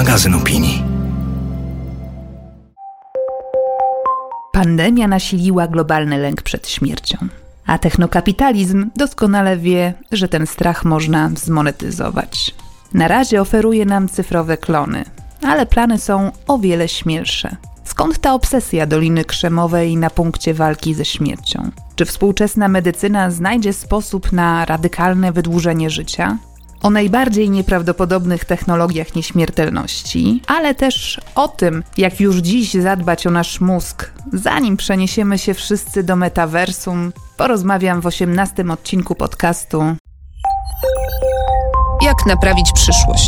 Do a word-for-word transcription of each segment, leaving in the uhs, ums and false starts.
Magazyn opinii. Pandemia nasiliła globalny lęk przed śmiercią, a technokapitalizm doskonale wie, że ten strach można zmonetyzować. Na razie oferuje nam cyfrowe klony, ale plany są o wiele śmielsze. Skąd ta obsesja Doliny Krzemowej na punkcie walki ze śmiercią? Czy współczesna medycyna znajdzie sposób na radykalne wydłużenie życia? O najbardziej nieprawdopodobnych technologiach nieśmiertelności, ale też o tym, jak już dziś zadbać o nasz mózg, zanim przeniesiemy się wszyscy do metaversum, porozmawiam w osiemnastym odcinku podcastu Jak naprawić przyszłość?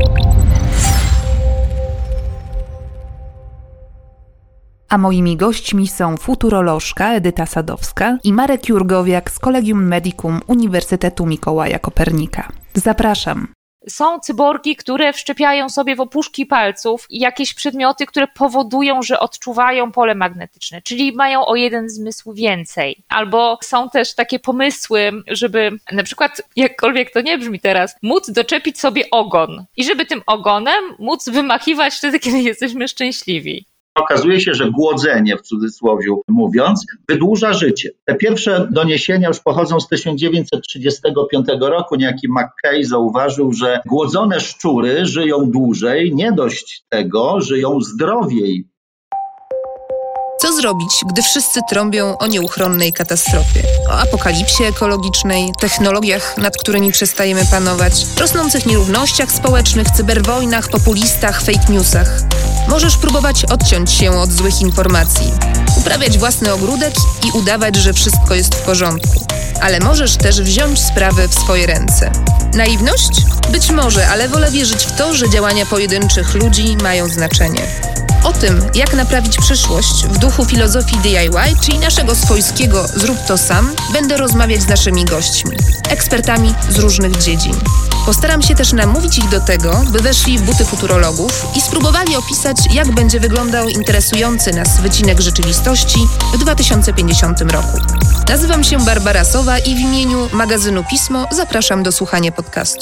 A moimi gośćmi są futurolożka Edyta Sadowska i Marek Jurgowiak z Collegium Medicum Uniwersytetu Mikołaja Kopernika. Zapraszam. Są cyborgi, które wszczepiają sobie w opuszki palców jakieś przedmioty, które powodują, że odczuwają pole magnetyczne, czyli mają o jeden zmysł więcej. Albo są też takie pomysły, żeby na przykład, jakkolwiek to nie brzmi teraz, móc doczepić sobie ogon i żeby tym ogonem móc wymachiwać wtedy, kiedy jesteśmy szczęśliwi. Okazuje się, że głodzenie, w cudzysłowie mówiąc, wydłuża życie. Te pierwsze doniesienia już pochodzą z tysiąc dziewięćset trzydziestego piątego roku. Niejaki McKay zauważył, że głodzone szczury żyją dłużej, nie dość tego, żyją zdrowiej. Co zrobić, gdy wszyscy trąbią o nieuchronnej katastrofie? O apokalipsie ekologicznej, technologiach, nad którymi przestajemy panować, rosnących nierównościach społecznych, cyberwojnach, populistach, fake newsach. Możesz próbować odciąć się od złych informacji, uprawiać własny ogródek i udawać, że wszystko jest w porządku. Ale możesz też wziąć sprawy w swoje ręce. Naiwność? Być może, ale wolę wierzyć w to, że działania pojedynczych ludzi mają znaczenie. O tym, jak naprawić przyszłość w duchu filozofii D I Y, czyli naszego swojskiego zrób to sam, będę rozmawiać z naszymi gośćmi, ekspertami z różnych dziedzin. Postaram się też namówić ich do tego, by weszli w buty futurologów i spróbowali opisać, jak będzie wyglądał interesujący nas wycinek rzeczywistości w dwa tysiące pięćdziesiątym roku. Nazywam się Barbara Sowa i w imieniu magazynu Pismo zapraszam do słuchania podcastu.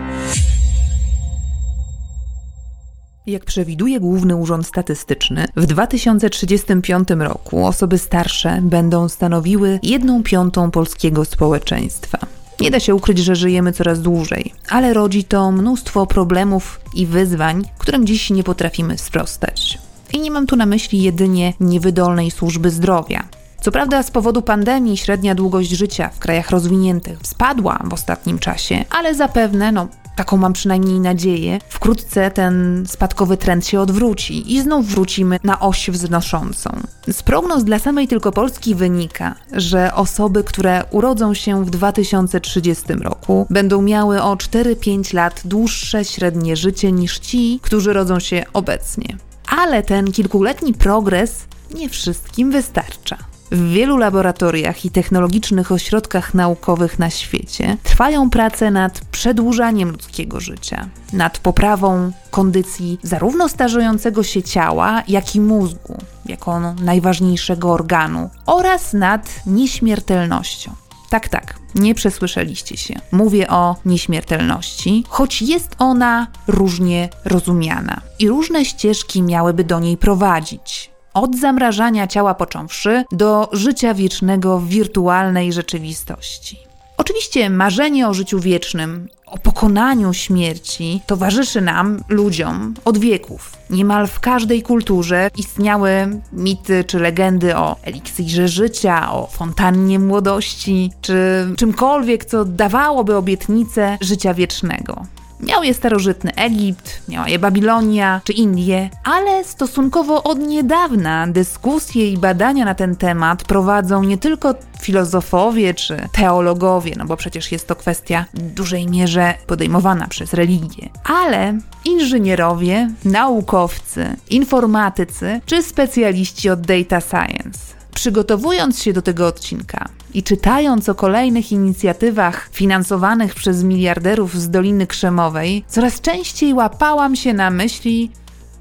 Jak przewiduje Główny Urząd Statystyczny, w dwa tysiące trzydziestym piątym roku osoby starsze będą stanowiły jedną piątą polskiego społeczeństwa. Nie da się ukryć, że żyjemy coraz dłużej, ale rodzi to mnóstwo problemów i wyzwań, którym dziś nie potrafimy sprostać. I nie mam tu na myśli jedynie niewydolnej służby zdrowia. Co prawda z powodu pandemii średnia długość życia w krajach rozwiniętych spadła w ostatnim czasie, ale zapewne, no taką mam przynajmniej nadzieję, wkrótce ten spadkowy trend się odwróci i znów wrócimy na oś wznoszącą. Z prognoz dla samej tylko Polski wynika, że osoby, które urodzą się w dwa tysiące trzydziestym roku, będą miały o cztery pięć lat dłuższe średnie życie niż ci, którzy rodzą się obecnie. Ale ten kilkuletni progres nie wszystkim wystarcza. W wielu laboratoriach i technologicznych ośrodkach naukowych na świecie trwają prace nad przedłużaniem ludzkiego życia, nad poprawą kondycji zarówno starzejącego się ciała, jak i mózgu, jako najważniejszego organu, oraz nad nieśmiertelnością. Tak, tak, nie przesłyszeliście się. Mówię o nieśmiertelności, choć jest ona różnie rozumiana i różne ścieżki miałyby do niej prowadzić. Od zamrażania ciała począwszy do życia wiecznego w wirtualnej rzeczywistości. Oczywiście marzenie o życiu wiecznym, o pokonaniu śmierci towarzyszy nam, ludziom, od wieków. Niemal w każdej kulturze istniały mity czy legendy o eliksirze życia, o fontannie młodości, czy czymkolwiek, co dawałoby obietnicę życia wiecznego. Miał je starożytny Egipt, miała je Babilonia czy Indie, ale stosunkowo od niedawna dyskusje i badania na ten temat prowadzą nie tylko filozofowie czy teologowie, no bo przecież jest to kwestia w dużej mierze podejmowana przez religię, ale inżynierowie, naukowcy, informatycy czy specjaliści od data science. Przygotowując się do tego odcinka i czytając o kolejnych inicjatywach finansowanych przez miliarderów z Doliny Krzemowej, coraz częściej łapałam się na myśli,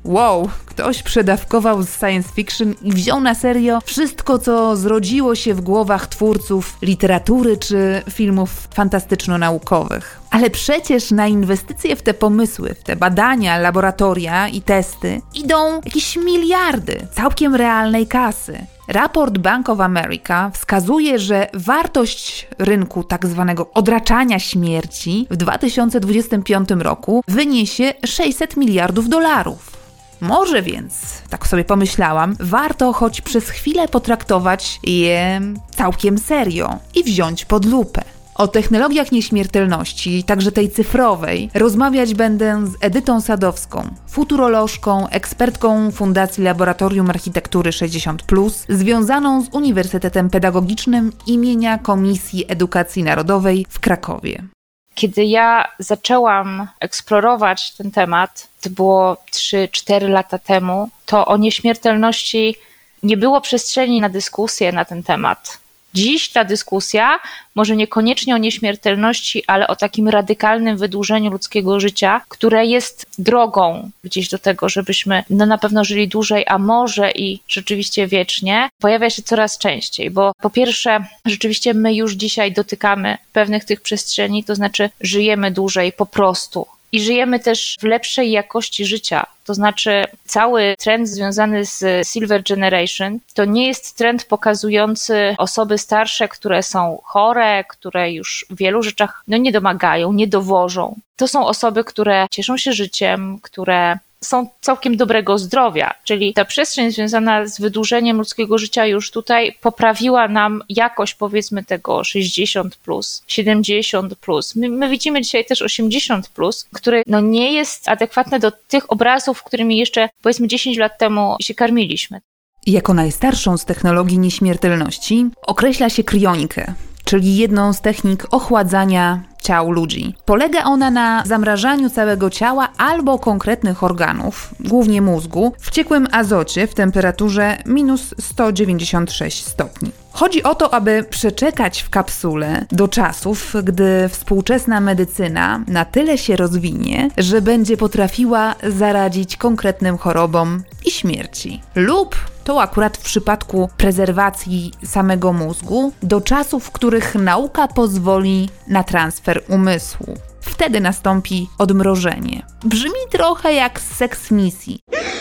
Wow, ktoś przedawkował z science fiction i wziął na serio wszystko, co zrodziło się w głowach twórców literatury czy filmów fantastyczno-naukowych. Ale przecież na inwestycje w te pomysły, w te badania, laboratoria i testy idą jakieś miliardy całkiem realnej kasy. Raport Bank of America wskazuje, że wartość rynku tak zwanego odraczania śmierci w dwa tysiące dwudziestym piątym roku wyniesie sześćset miliardów dolarów. Może więc, tak sobie pomyślałam, warto choć przez chwilę potraktować je całkiem serio i wziąć pod lupę. O technologiach nieśmiertelności, także tej cyfrowej, rozmawiać będę z Edytą Sadowską, futurolożką, ekspertką Fundacji Laboratorium Architektury sześćdziesiąt plus, związaną z Uniwersytetem Pedagogicznym imienia Komisji Edukacji Narodowej w Krakowie. Kiedy ja zaczęłam eksplorować ten temat, to było trzy cztery lata temu, to o nieśmiertelności nie było przestrzeni na dyskusję na ten temat. Dziś ta dyskusja, może niekoniecznie o nieśmiertelności, ale o takim radykalnym wydłużeniu ludzkiego życia, które jest drogą gdzieś do tego, żebyśmy no na pewno żyli dłużej, a może i rzeczywiście wiecznie, pojawia się coraz częściej, bo po pierwsze rzeczywiście my już dzisiaj dotykamy pewnych tych przestrzeni, to znaczy żyjemy dłużej po prostu. I żyjemy też w lepszej jakości życia. To znaczy cały trend związany z Silver Generation to nie jest trend pokazujący osoby starsze, które są chore, które już w wielu rzeczach no, nie domagają, nie dowożą. To są osoby, które cieszą się życiem, które są całkiem dobrego zdrowia, czyli ta przestrzeń związana z wydłużeniem ludzkiego życia już tutaj poprawiła nam jakość powiedzmy tego sześćdziesiąt plus, siedemdziesiąt plus. My, my widzimy dzisiaj też osiemdziesiąt plus, który no nie jest adekwatny do tych obrazów, którymi jeszcze powiedzmy dziesięć lat temu się karmiliśmy. Jako najstarszą z technologii nieśmiertelności określa się krionikę, czyli jedną z technik ochładzania ciał ludzi. Polega ona na zamrażaniu całego ciała albo konkretnych organów, głównie mózgu, w ciekłym azocie w temperaturze minus sto dziewięćdziesiąt sześć stopni. Chodzi o to, aby przeczekać w kapsule do czasów, gdy współczesna medycyna na tyle się rozwinie, że będzie potrafiła zaradzić konkretnym chorobom i śmierci. Lub to akurat w przypadku prezerwacji samego mózgu do czasów, w których nauka pozwoli na transfer umysłu. Wtedy nastąpi odmrożenie. Brzmi trochę jak z seks misji.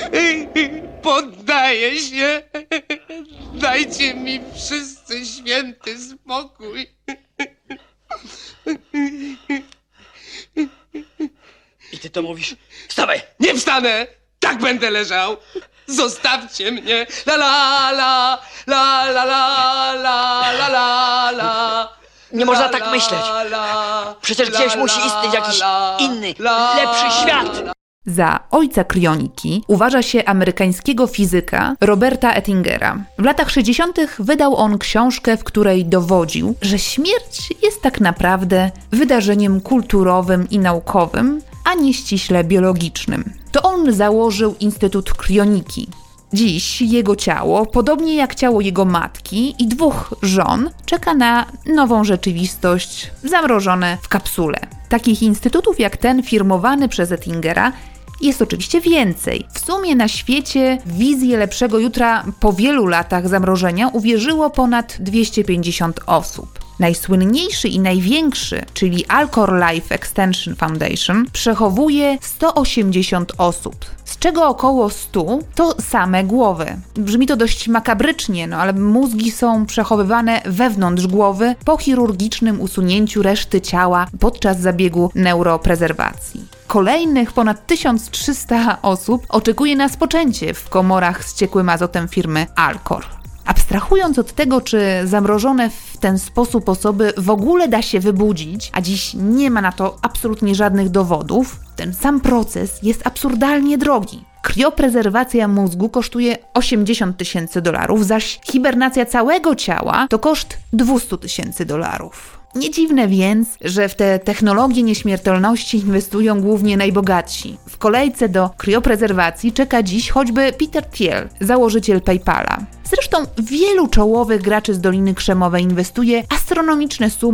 Poddaję się. Dajcie mi wszyscy święty spokój. I ty to mówisz? Wstawaj! Nie wstanę! Tak będę leżał! Zostawcie mnie! La la la la la la la la la la. Nie można tak myśleć. Przecież gdzieś musi istnieć jakiś inny, lepszy świat. Za ojca krioniki uważa się amerykańskiego fizyka Roberta Ettingera. W latach sześćdziesiątych wydał on książkę, w której dowodził, że śmierć jest tak naprawdę wydarzeniem kulturowym i naukowym, a nie ściśle biologicznym. To on założył Instytut Krioniki. Dziś jego ciało, podobnie jak ciało jego matki i dwóch żon, czeka na nową rzeczywistość, zamrożone w kapsule. Takich instytutów jak ten firmowany przez Ettingera jest oczywiście więcej. W sumie na świecie w wizję lepszego jutra po wielu latach zamrożenia uwierzyło ponad dwieście pięćdziesiąt osób. Najsłynniejszy i największy, czyli Alcor Life Extension Foundation, przechowuje sto osiemdziesiąt osób, z czego około stu to same głowy. Brzmi to dość makabrycznie, no ale mózgi są przechowywane wewnątrz głowy po chirurgicznym usunięciu reszty ciała podczas zabiegu neuroprezerwacji. Kolejnych ponad tysiąc trzysta osób oczekuje na spoczęcie w komorach z ciekłym azotem firmy Alcor. Abstrahując od tego, czy zamrożone w ten sposób osoby w ogóle da się wybudzić, a dziś nie ma na to absolutnie żadnych dowodów, ten sam proces jest absurdalnie drogi. Krioprezerwacja mózgu kosztuje osiemdziesiąt tysięcy dolarów, zaś hibernacja całego ciała to koszt dwieście tysięcy dolarów. Nie dziwne więc, że w te technologie nieśmiertelności inwestują głównie najbogatsi. W kolejce do krioprezerwacji czeka dziś choćby Peter Thiel, założyciel PayPala. Zresztą wielu czołowych graczy z Doliny Krzemowej inwestuje astronomiczne sumy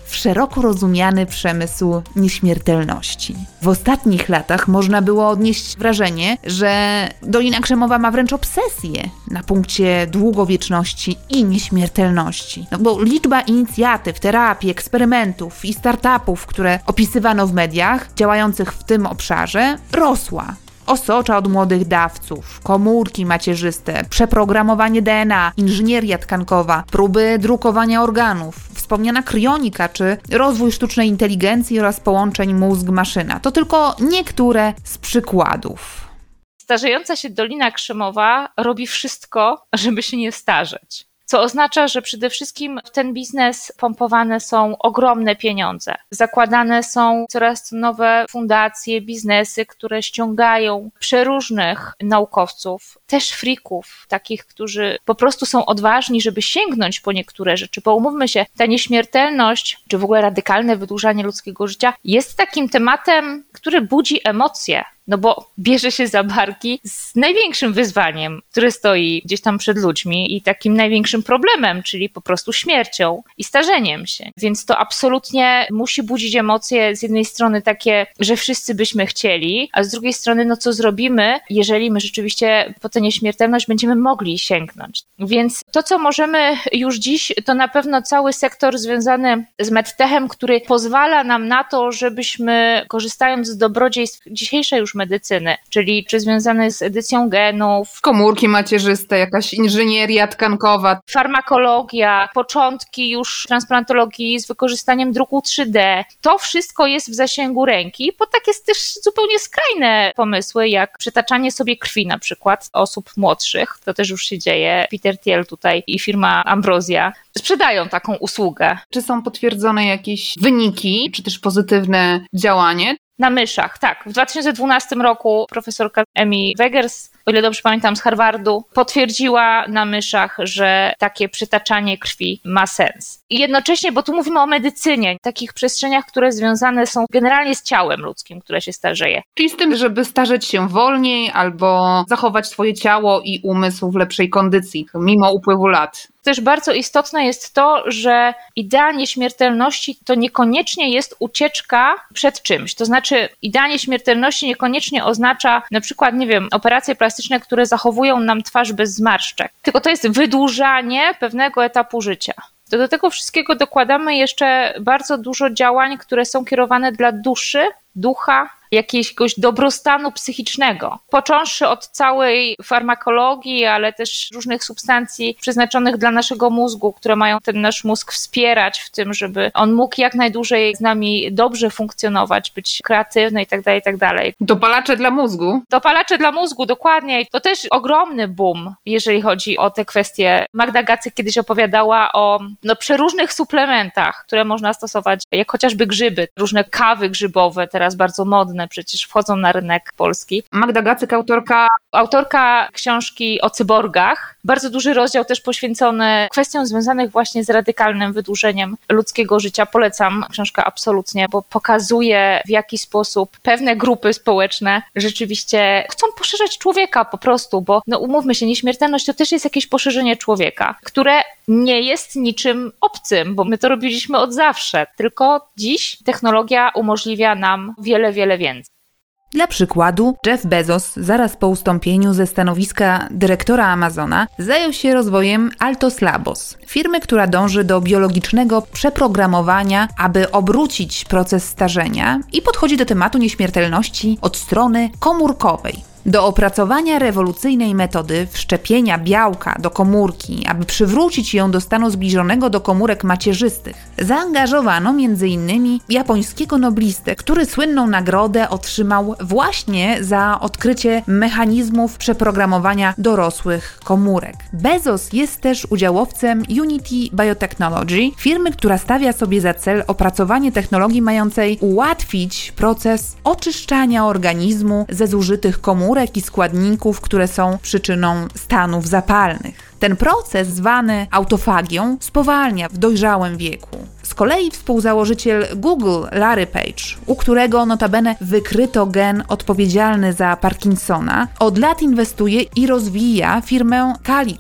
w szeroko rozumiany przemysł nieśmiertelności. W ostatnich latach można było odnieść wrażenie, że Dolina Krzemowa ma wręcz obsesję na punkcie długowieczności i nieśmiertelności. No bo liczba inicjatyw, terapii, eksperymentów i startupów, które opisywano w mediach działających w tym obszarze, rosła. Osocza od młodych dawców, komórki macierzyste, przeprogramowanie D N A, inżynieria tkankowa, próby drukowania organów, wspomniana kryonika czy rozwój sztucznej inteligencji oraz połączeń mózg-maszyna. To tylko niektóre z przykładów. Starzejąca się Dolina Krzemowa robi wszystko, żeby się nie starzeć. Co oznacza, że przede wszystkim w ten biznes pompowane są ogromne pieniądze. Zakładane są coraz nowe fundacje, biznesy, które ściągają przeróżnych naukowców, też frików, takich, którzy po prostu są odważni, żeby sięgnąć po niektóre rzeczy. Bo umówmy się, ta nieśmiertelność, czy w ogóle radykalne wydłużanie ludzkiego życia jest takim tematem, który budzi emocje. No bo bierze się za barki z największym wyzwaniem, które stoi gdzieś tam przed ludźmi i takim największym problemem, czyli po prostu śmiercią i starzeniem się. Więc to absolutnie musi budzić emocje z jednej strony takie, że wszyscy byśmy chcieli, a z drugiej strony no co zrobimy, jeżeli my rzeczywiście po tę nieśmiertelność będziemy mogli sięgnąć. Więc to, co możemy już dziś, to na pewno cały sektor związany z medtechem, który pozwala nam na to, żebyśmy korzystając z dobrodziejstw dzisiejszej już medycyny, czyli czy związane z edycją genów, komórki macierzyste, jakaś inżynieria tkankowa, farmakologia, początki już transplantologii z wykorzystaniem druku trzy D. To wszystko jest w zasięgu ręki, bo tak jest też zupełnie skrajne pomysły, jak przytaczanie sobie krwi na przykład osób młodszych. To też już się dzieje. Peter Thiel tutaj i firma Ambrosia sprzedają taką usługę. Czy są potwierdzone jakieś wyniki, czy też pozytywne działanie? Na myszach, tak. W dwa tysiące dwunastym roku profesorka Amy Wegers, o ile dobrze pamiętam, z Harvardu, potwierdziła na myszach, że takie przytaczanie krwi ma sens. I jednocześnie, bo tu mówimy o medycynie, takich przestrzeniach, które związane są generalnie z ciałem ludzkim, które się starzeje. Czyli z tym, żeby starzeć się wolniej albo zachować swoje ciało i umysł w lepszej kondycji, mimo upływu lat. Też bardzo istotne jest to, że idea nieśmiertelności to niekoniecznie jest ucieczka przed czymś. To znaczy idea nieśmiertelności niekoniecznie oznacza na przykład, nie wiem, operacje plastyczne, które zachowują nam twarz bez zmarszczek. Tylko to jest wydłużanie pewnego etapu życia. To do tego wszystkiego dokładamy jeszcze bardzo dużo działań, które są kierowane dla duszy, ducha, jakiegoś dobrostanu psychicznego. Począwszy od całej farmakologii, ale też różnych substancji przeznaczonych dla naszego mózgu, które mają ten nasz mózg wspierać w tym, żeby on mógł jak najdłużej z nami dobrze funkcjonować, być kreatywny i tak dalej, i tak dalej. Dopalacze dla mózgu. Dopalacze dla mózgu, dokładnie. To też ogromny boom, jeżeli chodzi o te kwestie. Magda Gacek kiedyś opowiadała o no, przeróżnych suplementach, które można stosować, jak chociażby grzyby, różne kawy grzybowe, teraz bardzo modne, przecież wchodzą na rynek polski. Magda Gacek, autorka... Autorka książki o cyborgach. Bardzo duży rozdział też poświęcony kwestiom związanych właśnie z radykalnym wydłużeniem ludzkiego życia. Polecam książkę absolutnie, bo pokazuje, w jaki sposób pewne grupy społeczne rzeczywiście chcą poszerzać człowieka po prostu, bo no umówmy się, nieśmiertelność to też jest jakieś poszerzenie człowieka, które nie jest niczym obcym, bo my to robiliśmy od zawsze, tylko dziś technologia umożliwia nam wiele, wiele więcej. Dla przykładu, Jeff Bezos zaraz po ustąpieniu ze stanowiska dyrektora Amazona zajął się rozwojem Altos Labos, firmy, która dąży do biologicznego przeprogramowania, aby obrócić proces starzenia i podchodzi do tematu nieśmiertelności od strony komórkowej. Do opracowania rewolucyjnej metody wszczepienia białka do komórki, aby przywrócić ją do stanu zbliżonego do komórek macierzystych, zaangażowano m.in. japońskiego noblistę, który słynną nagrodę otrzymał właśnie za odkrycie mechanizmów przeprogramowania dorosłych komórek. Bezos jest też udziałowcem Unity Biotechnology, firmy, która stawia sobie za cel opracowanie technologii mającej ułatwić proces oczyszczania organizmu ze zużytych komórek i składników, które są przyczyną stanów zapalnych. Ten proces, zwany autofagią, spowalnia w dojrzałym wieku. Z kolei współzałożyciel Google, Larry Page, u którego notabene wykryto gen odpowiedzialny za Parkinsona, od lat inwestuje i rozwija firmę Calico.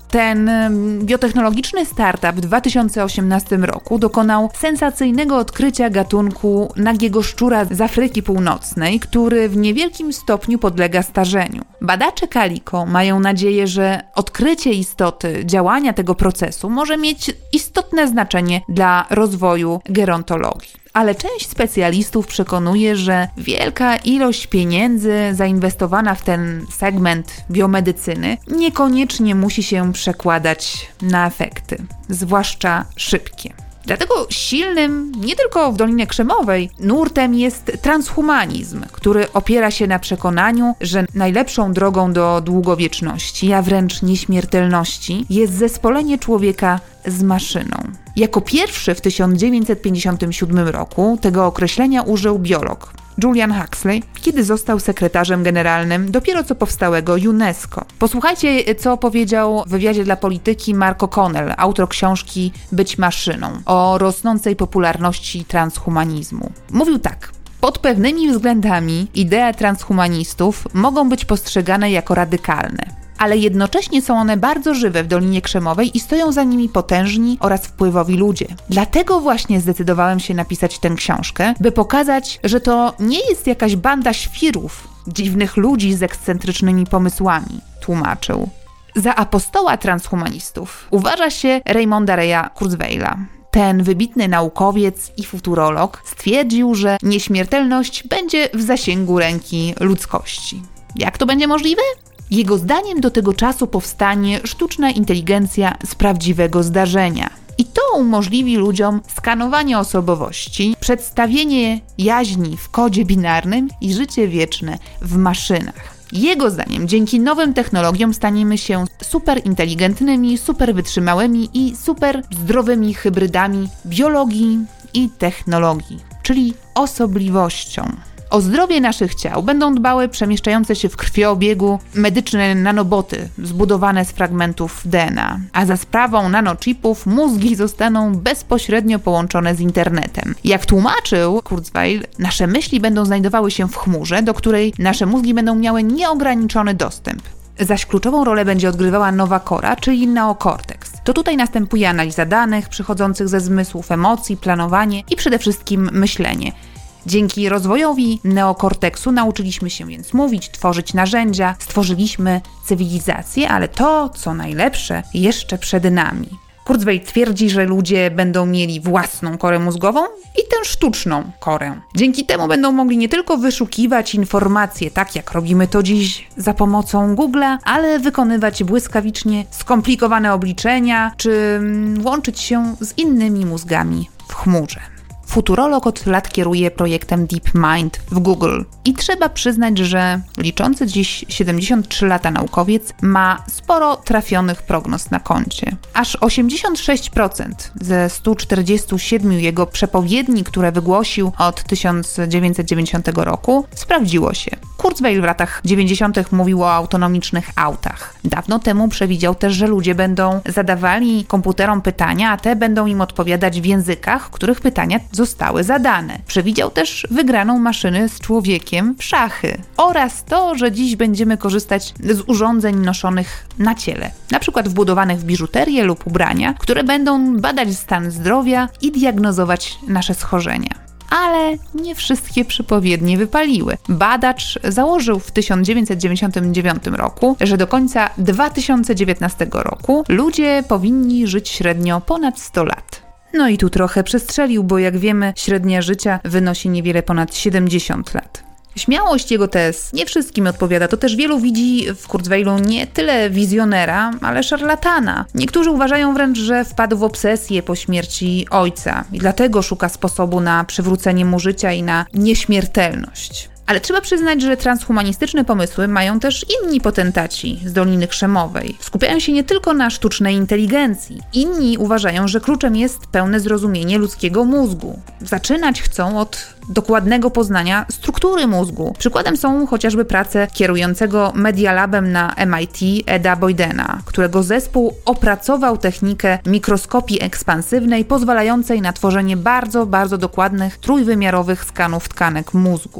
Ten biotechnologiczny startup w dwa tysiące osiemnastym roku dokonał sensacyjnego odkrycia gatunku nagiego szczura z Afryki Północnej, który w niewielkim stopniu podlega starzeniu. Badacze Calico mają nadzieję, że odkrycie istoty działania tego procesu może mieć istotne znaczenie dla rozwoju gerontologii. Ale część specjalistów przekonuje, że wielka ilość pieniędzy zainwestowana w ten segment biomedycyny niekoniecznie musi się przekładać na efekty, zwłaszcza szybkie. Dlatego silnym, nie tylko w Dolinie Krzemowej, nurtem jest transhumanizm, który opiera się na przekonaniu, że najlepszą drogą do długowieczności, a wręcz nieśmiertelności, jest zespolenie człowieka z maszyną. Jako pierwszy w tysiąc dziewięćset pięćdziesiątym siódmym roku tego określenia użył biolog Julian Huxley, kiedy został sekretarzem generalnym dopiero co powstałego UNESCO. Posłuchajcie, co powiedział w wywiadzie dla Polityki Mark O'Connell, autor książki Być maszyną, o rosnącej popularności transhumanizmu. Mówił tak: pod pewnymi względami idee transhumanistów mogą być postrzegane jako radykalne, ale jednocześnie są one bardzo żywe w Dolinie Krzemowej i stoją za nimi potężni oraz wpływowi ludzie. Dlatego właśnie zdecydowałem się napisać tę książkę, by pokazać, że to nie jest jakaś banda świrów, dziwnych ludzi z ekscentrycznymi pomysłami, tłumaczył. Za apostoła transhumanistów uważa się Raymonda Raya Kurzweila. Ten wybitny naukowiec i futurolog stwierdził, że nieśmiertelność będzie w zasięgu ręki ludzkości. Jak to będzie możliwe? Jego zdaniem do tego czasu powstanie sztuczna inteligencja z prawdziwego zdarzenia. I to umożliwi ludziom skanowanie osobowości, przedstawienie jaźni w kodzie binarnym i życie wieczne w maszynach. Jego zdaniem dzięki nowym technologiom staniemy się superinteligentnymi, superwytrzymałymi i super zdrowymi hybrydami biologii i technologii, czyli osobliwością. O zdrowie naszych ciał będą dbały przemieszczające się w krwiobiegu medyczne nanoboty zbudowane z fragmentów D N A, a za sprawą nanochipów mózgi zostaną bezpośrednio połączone z internetem. Jak tłumaczył Kurzweil, nasze myśli będą znajdowały się w chmurze, do której nasze mózgi będą miały nieograniczony dostęp. Zaś kluczową rolę będzie odgrywała nowa kora, czyli neokorteks. To tutaj następuje analiza danych przychodzących ze zmysłów, emocji, planowanie i przede wszystkim myślenie. Dzięki rozwojowi neokorteksu nauczyliśmy się więc mówić, tworzyć narzędzia, stworzyliśmy cywilizację, ale to, co najlepsze, jeszcze przed nami. Kurzweil twierdzi, że ludzie będą mieli własną korę mózgową i tę sztuczną korę. Dzięki temu będą mogli nie tylko wyszukiwać informacje, tak jak robimy to dziś za pomocą Google'a, ale wykonywać błyskawicznie skomplikowane obliczenia, czy łączyć się z innymi mózgami w chmurze. Futurolog od lat kieruje projektem DeepMind w Google i trzeba przyznać, że liczący dziś siedemdziesiąt trzy lata naukowiec ma sporo trafionych prognoz na koncie. Aż osiemdziesiąt sześć procent ze stu czterdziestu siedmiu jego przepowiedni, które wygłosił od tysiąc dziewięćset dziewięćdziesiątego roku, sprawdziło się. Kurzweil w latach dziewięćdziesiątych mówił o autonomicznych autach. Dawno temu przewidział też, że ludzie będą zadawali komputerom pytania, a te będą im odpowiadać w językach, w których pytania zostały zadane. Przewidział też wygraną maszyny z człowiekiem w szachy oraz to, że dziś będziemy korzystać z urządzeń noszonych na ciele, na przykład wbudowanych w biżuterię lub ubrania, które będą badać stan zdrowia i diagnozować nasze schorzenia. Ale nie wszystkie przepowiednie wypaliły. Badacz założył w tysiąc dziewięćset dziewięćdziesiątym dziewiątym roku, że do końca dwa tysiące dziewiętnastego roku ludzie powinni żyć średnio ponad sto lat. No i tu trochę przestrzelił, bo jak wiemy, średnia życia wynosi niewiele ponad siedemdziesiąt lat. Śmiałość jego tez nie wszystkim odpowiada, to też wielu widzi w Kurzweilu nie tyle wizjonera, ale szarlatana. Niektórzy uważają wręcz, że wpadł w obsesję po śmierci ojca i dlatego szuka sposobu na przywrócenie mu życia i na nieśmiertelność. Ale trzeba przyznać, że transhumanistyczne pomysły mają też inni potentaci z Doliny Krzemowej. Skupiają się nie tylko na sztucznej inteligencji. Inni uważają, że kluczem jest pełne zrozumienie ludzkiego mózgu. Zaczynać chcą od dokładnego poznania struktury mózgu. Przykładem są chociażby prace kierującego Media Labem na M I T Eda Boydena, którego zespół opracował technikę mikroskopii ekspansywnej pozwalającej na tworzenie bardzo, bardzo dokładnych, trójwymiarowych skanów tkanek mózgu.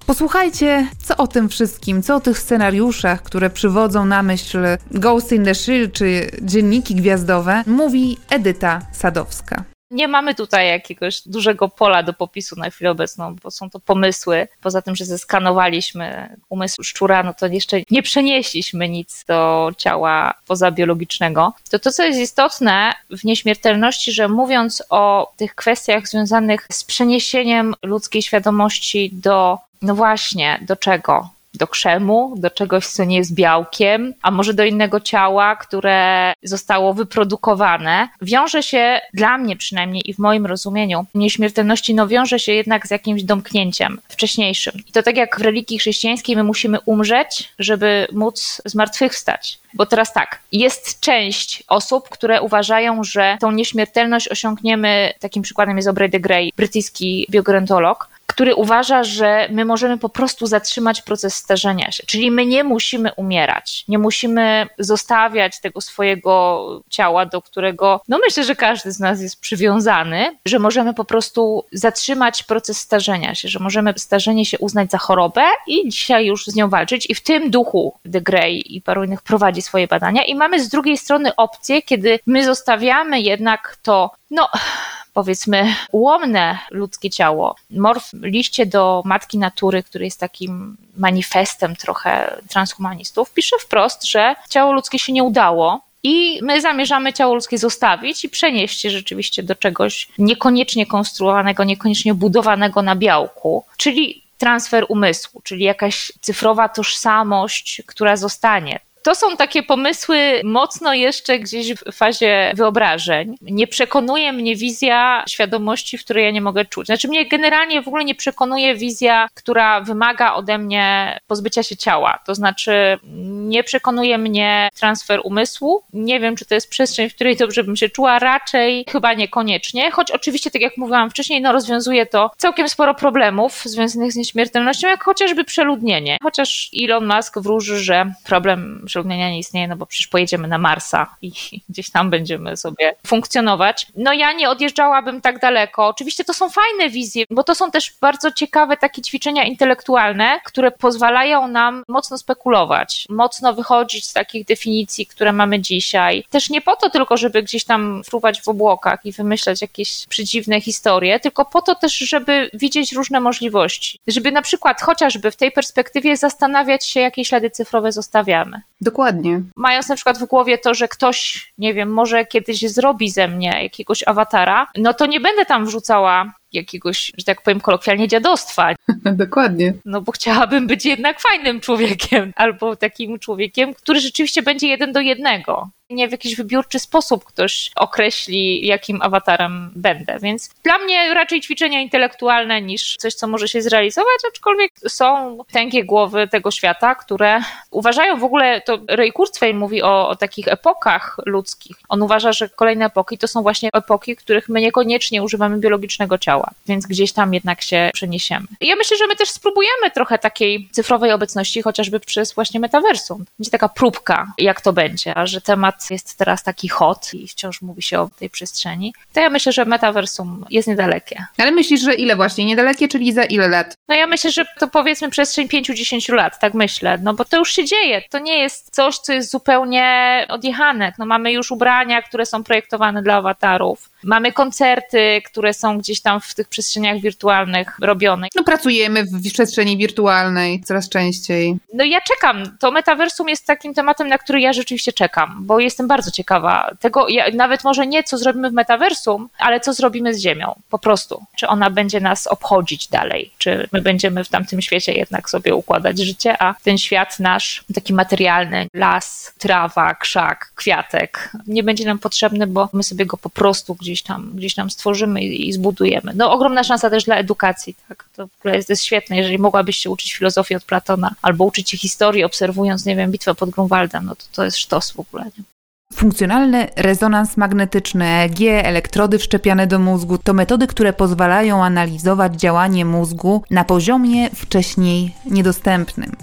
Posłuchajcie, co o tym wszystkim, co o tych scenariuszach, które przywodzą na myśl Ghost in the Shell czy Dzienniki Gwiazdowe, mówi Edyta Sadowska. Nie mamy tutaj jakiegoś dużego pola do popisu na chwilę obecną, bo są to pomysły. Poza tym, że zeskanowaliśmy umysł szczura, no to jeszcze nie przenieśliśmy nic do ciała pozabiologicznego. To to, co jest istotne w nieśmiertelności, że mówiąc o tych kwestiach związanych z przeniesieniem ludzkiej świadomości do, no właśnie, do czego? Do krzemu, do czegoś, co nie jest białkiem, a może do innego ciała, które zostało wyprodukowane. Wiąże się, dla mnie przynajmniej i w moim rozumieniu, nieśmiertelności no wiąże się jednak z jakimś domknięciem wcześniejszym. I to tak jak w religii chrześcijańskiej my musimy umrzeć, żeby móc zmartwychwstać. Bo teraz tak, jest część osób, które uważają, że tą nieśmiertelność osiągniemy, takim przykładem jest Aubrey de Grey, brytyjski biogerontolog, który uważa, że my możemy po prostu zatrzymać proces starzenia się. Czyli my nie musimy umierać, nie musimy zostawiać tego swojego ciała, do którego, no myślę, że każdy z nas jest przywiązany, że możemy po prostu zatrzymać proces starzenia się, że możemy starzenie się uznać za chorobę i dzisiaj już z nią walczyć. I w tym duchu de Grey i paru innych prowadzi swoje badania. I mamy z drugiej strony opcję, kiedy my zostawiamy jednak to, no powiedzmy, ułomne ludzkie ciało. Morf, liście do Matki Natury, który jest takim manifestem trochę transhumanistów, pisze wprost, że ciało ludzkie się nie udało i my zamierzamy ciało ludzkie zostawić i przenieść się rzeczywiście do czegoś niekoniecznie konstruowanego, niekoniecznie budowanego na białku, czyli transfer umysłu, czyli jakaś cyfrowa tożsamość, która zostanie. To są takie pomysły mocno jeszcze gdzieś w fazie wyobrażeń. Nie przekonuje mnie wizja świadomości, w której ja nie mogę czuć. Znaczy mnie generalnie w ogóle nie przekonuje wizja, która wymaga ode mnie pozbycia się ciała. To znaczy nie przekonuje mnie transfer umysłu. Nie wiem, czy to jest przestrzeń, w której dobrze bym się czuła. Raczej chyba niekoniecznie. Choć oczywiście, tak jak mówiłam wcześniej, no rozwiązuje to całkiem sporo problemów związanych z nieśmiertelnością, jak chociażby przeludnienie. Chociaż Elon Musk wróży, że problem przeludnienia nie istnieje, no bo przecież pojedziemy na Marsa i gdzieś tam będziemy sobie funkcjonować. No ja nie odjeżdżałabym tak daleko. Oczywiście to są fajne wizje, bo to są też bardzo ciekawe takie ćwiczenia intelektualne, które pozwalają nam mocno spekulować, mocno wychodzić z takich definicji, które mamy dzisiaj. Też nie po to tylko, żeby gdzieś tam fruwać w obłokach i wymyślać jakieś przedziwne historie, tylko po to też, żeby widzieć różne możliwości. Żeby na przykład chociażby w tej perspektywie zastanawiać się, jakie ślady cyfrowe zostawiamy. Dokładnie. Mając na przykład w głowie to, że ktoś, nie wiem, może kiedyś zrobi ze mnie jakiegoś awatara, no to nie będę tam wrzucała jakiegoś, że tak powiem kolokwialnie, dziadostwa. Dokładnie. No bo chciałabym być jednak fajnym człowiekiem albo takim człowiekiem, który rzeczywiście będzie jeden do jednego. Nie w jakiś wybiórczy sposób ktoś określi, jakim awatarem będę. Więc dla mnie raczej ćwiczenia intelektualne niż coś, co może się zrealizować, aczkolwiek są tęgie głowy tego świata, które uważają w ogóle, to Ray Kurzweil mówi o, o takich epokach ludzkich. On uważa, że kolejne epoki to są właśnie epoki, w których my niekoniecznie używamy biologicznego ciała, więc gdzieś tam jednak się przeniesiemy. I ja myślę, że my też spróbujemy trochę takiej cyfrowej obecności, chociażby przez właśnie metaversum. Będzie taka próbka, jak to będzie, a że temat jest teraz taki hot i wciąż mówi się o tej przestrzeni, to ja myślę, że metaversum jest niedalekie. Ale myślisz, że ile właśnie? Niedalekie, czyli za ile lat? No ja myślę, że to powiedzmy przestrzeń pięć do dziesięciu lat, tak myślę, no bo to już się dzieje. To nie jest coś, co jest zupełnie odjechane. No mamy już ubrania, które są projektowane dla awatarów. Mamy koncerty, które są gdzieś tam w tych przestrzeniach wirtualnych robione. No pracujemy w przestrzeni wirtualnej coraz częściej. No ja czekam. To metaversum jest takim tematem, na który ja rzeczywiście czekam, bo jestem bardzo ciekawa tego, ja, nawet może nie co zrobimy w metaversum, ale co zrobimy z Ziemią, po prostu. Czy ona będzie nas obchodzić dalej, czy my będziemy w tamtym świecie jednak sobie układać życie, a ten świat nasz, taki materialny, las, trawa, krzak, kwiatek, nie będzie nam potrzebny, bo my sobie go po prostu gdzieś tam, gdzieś tam stworzymy i, i zbudujemy. No ogromna szansa też dla edukacji, tak? To w ogóle jest, jest świetne, jeżeli mogłabyś się uczyć filozofii od Platona, albo uczyć się historii, obserwując, nie wiem, bitwę pod Grunwaldem, no to to jest sztos w ogóle, nie? Funkcjonalny rezonans magnetyczny, E E G, elektrody wszczepiane do mózgu to metody, które pozwalają analizować działanie mózgu na poziomie wcześniej niedostępnym.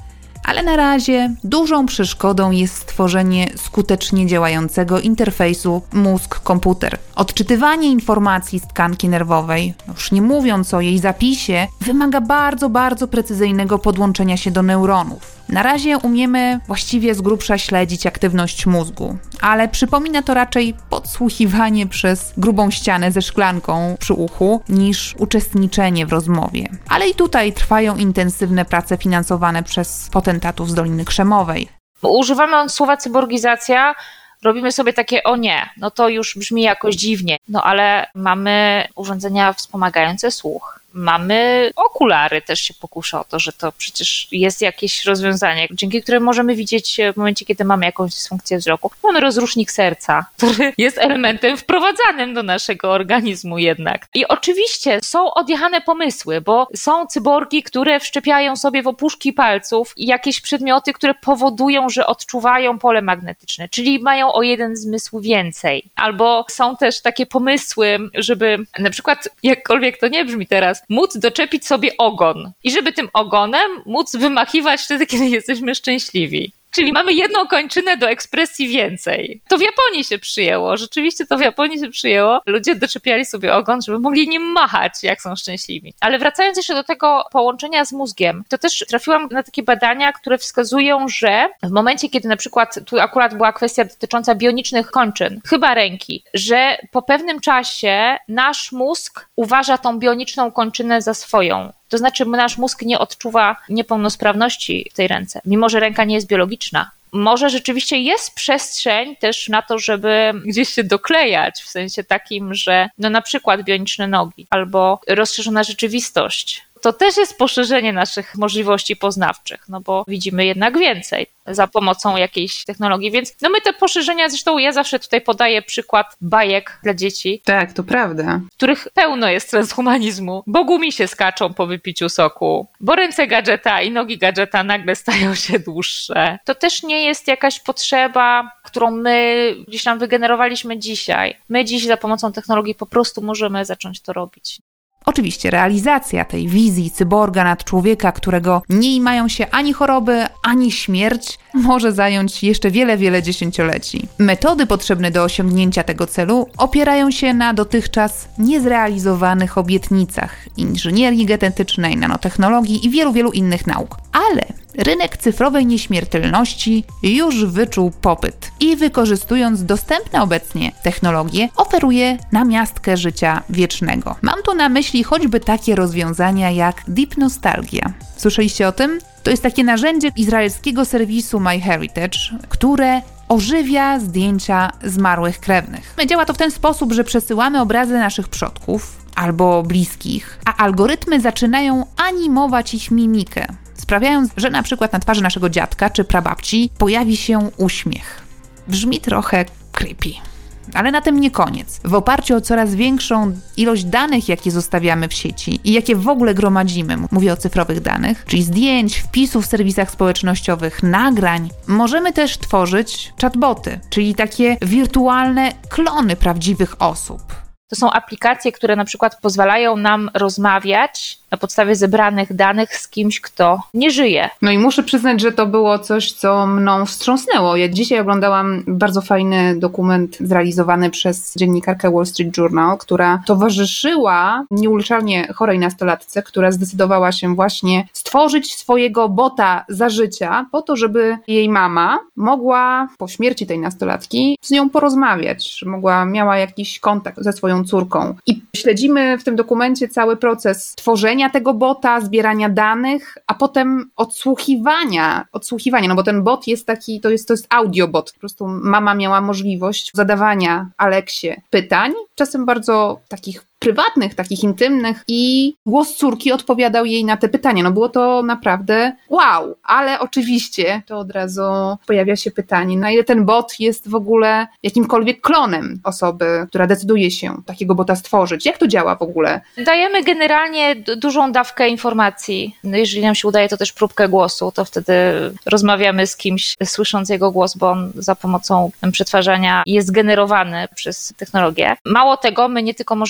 Ale na razie dużą przeszkodą jest stworzenie skutecznie działającego interfejsu mózg-komputer. Odczytywanie informacji z tkanki nerwowej, już nie mówiąc o jej zapisie, wymaga bardzo, bardzo precyzyjnego podłączenia się do neuronów. Na razie umiemy właściwie z grubsza śledzić aktywność mózgu, ale przypomina to raczej podsłuchiwanie przez grubą ścianę ze szklanką przy uchu niż uczestniczenie w rozmowie. Ale i tutaj trwają intensywne prace finansowane przez potentatów z Doliny Krzemowej. Używamy słowa cyborgizacja, robimy sobie takie o nie, no to już brzmi jakoś dziwnie, no ale mamy urządzenia wspomagające słuch. Mamy okulary, też się pokuszę o to, że to przecież jest jakieś rozwiązanie, dzięki któremu możemy widzieć w momencie, kiedy mamy jakąś dysfunkcję wzroku. Mamy rozrusznik serca, który jest elementem wprowadzanym do naszego organizmu jednak. I oczywiście są odjechane pomysły, bo są cyborgi, które wszczepiają sobie w opuszki palców jakieś przedmioty, które powodują, że odczuwają pole magnetyczne, czyli mają o jeden zmysł więcej. Albo są też takie pomysły, żeby na przykład, jakkolwiek to nie brzmi teraz, móc doczepić sobie ogon i żeby tym ogonem móc wymachiwać wtedy, kiedy jesteśmy szczęśliwi. Czyli mamy jedną kończynę do ekspresji więcej. To w Japonii się przyjęło, rzeczywiście to w Japonii się przyjęło. Ludzie doczepiali sobie ogon, żeby mogli nim machać, jak są szczęśliwi. Ale wracając jeszcze do tego połączenia z mózgiem, to też trafiłam na takie badania, które wskazują, że w momencie, kiedy na przykład, tu akurat była kwestia dotycząca bionicznych kończyn, chyba ręki, że po pewnym czasie nasz mózg uważa tą bioniczną kończynę za swoją. To znaczy nasz mózg nie odczuwa niepełnosprawności w tej ręce, mimo że ręka nie jest biologiczna. Może rzeczywiście jest przestrzeń też na to, żeby gdzieś się doklejać, w sensie takim, że no na przykład bioniczne nogi albo rozszerzona rzeczywistość. To też jest poszerzenie naszych możliwości poznawczych, no bo widzimy jednak więcej za pomocą jakiejś technologii, więc no my te poszerzenia, zresztą ja zawsze tutaj podaję przykład bajek dla dzieci. Tak, to prawda. Których pełno jest transhumanizmu, bo gumisie skaczą po wypiciu soku, bo ręce gadżeta i nogi gadżeta nagle stają się dłuższe. To też nie jest jakaś potrzeba, którą my gdzieś tam wygenerowaliśmy dzisiaj. My dziś za pomocą technologii po prostu możemy zacząć to robić. Oczywiście realizacja tej wizji cyborga nad człowieka, którego nie imają się ani choroby, ani śmierć, może zająć jeszcze wiele, wiele dziesięcioleci. Metody potrzebne do osiągnięcia tego celu opierają się na dotychczas niezrealizowanych obietnicach inżynierii genetycznej, nanotechnologii i wielu, wielu innych nauk. Ale rynek cyfrowej nieśmiertelności już wyczuł popyt i wykorzystując dostępne obecnie technologie, oferuje namiastkę życia wiecznego. Mam tu na myśli choćby takie rozwiązania jak Deep Nostalgia. Słyszeliście o tym? To jest takie narzędzie izraelskiego serwisu MyHeritage, które ożywia zdjęcia zmarłych krewnych. Działa to w ten sposób, że przesyłamy obrazy naszych przodków albo bliskich, a algorytmy zaczynają animować ich mimikę, sprawiając, że na przykład na twarzy naszego dziadka czy prababci pojawi się uśmiech. Brzmi trochę creepy. Ale na tym nie koniec. W oparciu o coraz większą ilość danych, jakie zostawiamy w sieci i jakie w ogóle gromadzimy, mówię o cyfrowych danych, czyli zdjęć, wpisów w serwisach społecznościowych, nagrań, możemy też tworzyć chatboty, czyli takie wirtualne klony prawdziwych osób. To są aplikacje, które na przykład pozwalają nam rozmawiać na podstawie zebranych danych z kimś, kto nie żyje. No i muszę przyznać, że to było coś, co mną wstrząsnęło. Ja dzisiaj oglądałam bardzo fajny dokument zrealizowany przez dziennikarkę Wall Street Journal, która towarzyszyła nieuleczalnie chorej nastolatce, która zdecydowała się właśnie stworzyć swojego bota za życia po to, żeby jej mama mogła po śmierci tej nastolatki z nią porozmawiać, że mogła, miała jakiś kontakt ze swoją córką. I śledzimy w tym dokumencie cały proces tworzenia tego bota, zbierania danych, a potem odsłuchiwania, odsłuchiwania, no bo ten bot jest taki, to jest, to jest audiobot. Po prostu mama miała możliwość zadawania Aleksie pytań, czasem bardzo takich prywatnych, takich intymnych i głos córki odpowiadał jej na te pytania. No było to naprawdę wow, ale oczywiście to od razu pojawia się pytanie, na ile ten bot jest w ogóle jakimkolwiek klonem osoby, która decyduje się takiego bota stworzyć. Jak to działa w ogóle? Dajemy generalnie d- dużą dawkę informacji. No jeżeli nam się udaje, to też próbkę głosu, to wtedy rozmawiamy z kimś, słysząc jego głos, bo on za pomocą przetwarzania jest generowany przez technologię. Mało tego, my nie tylko możemy dać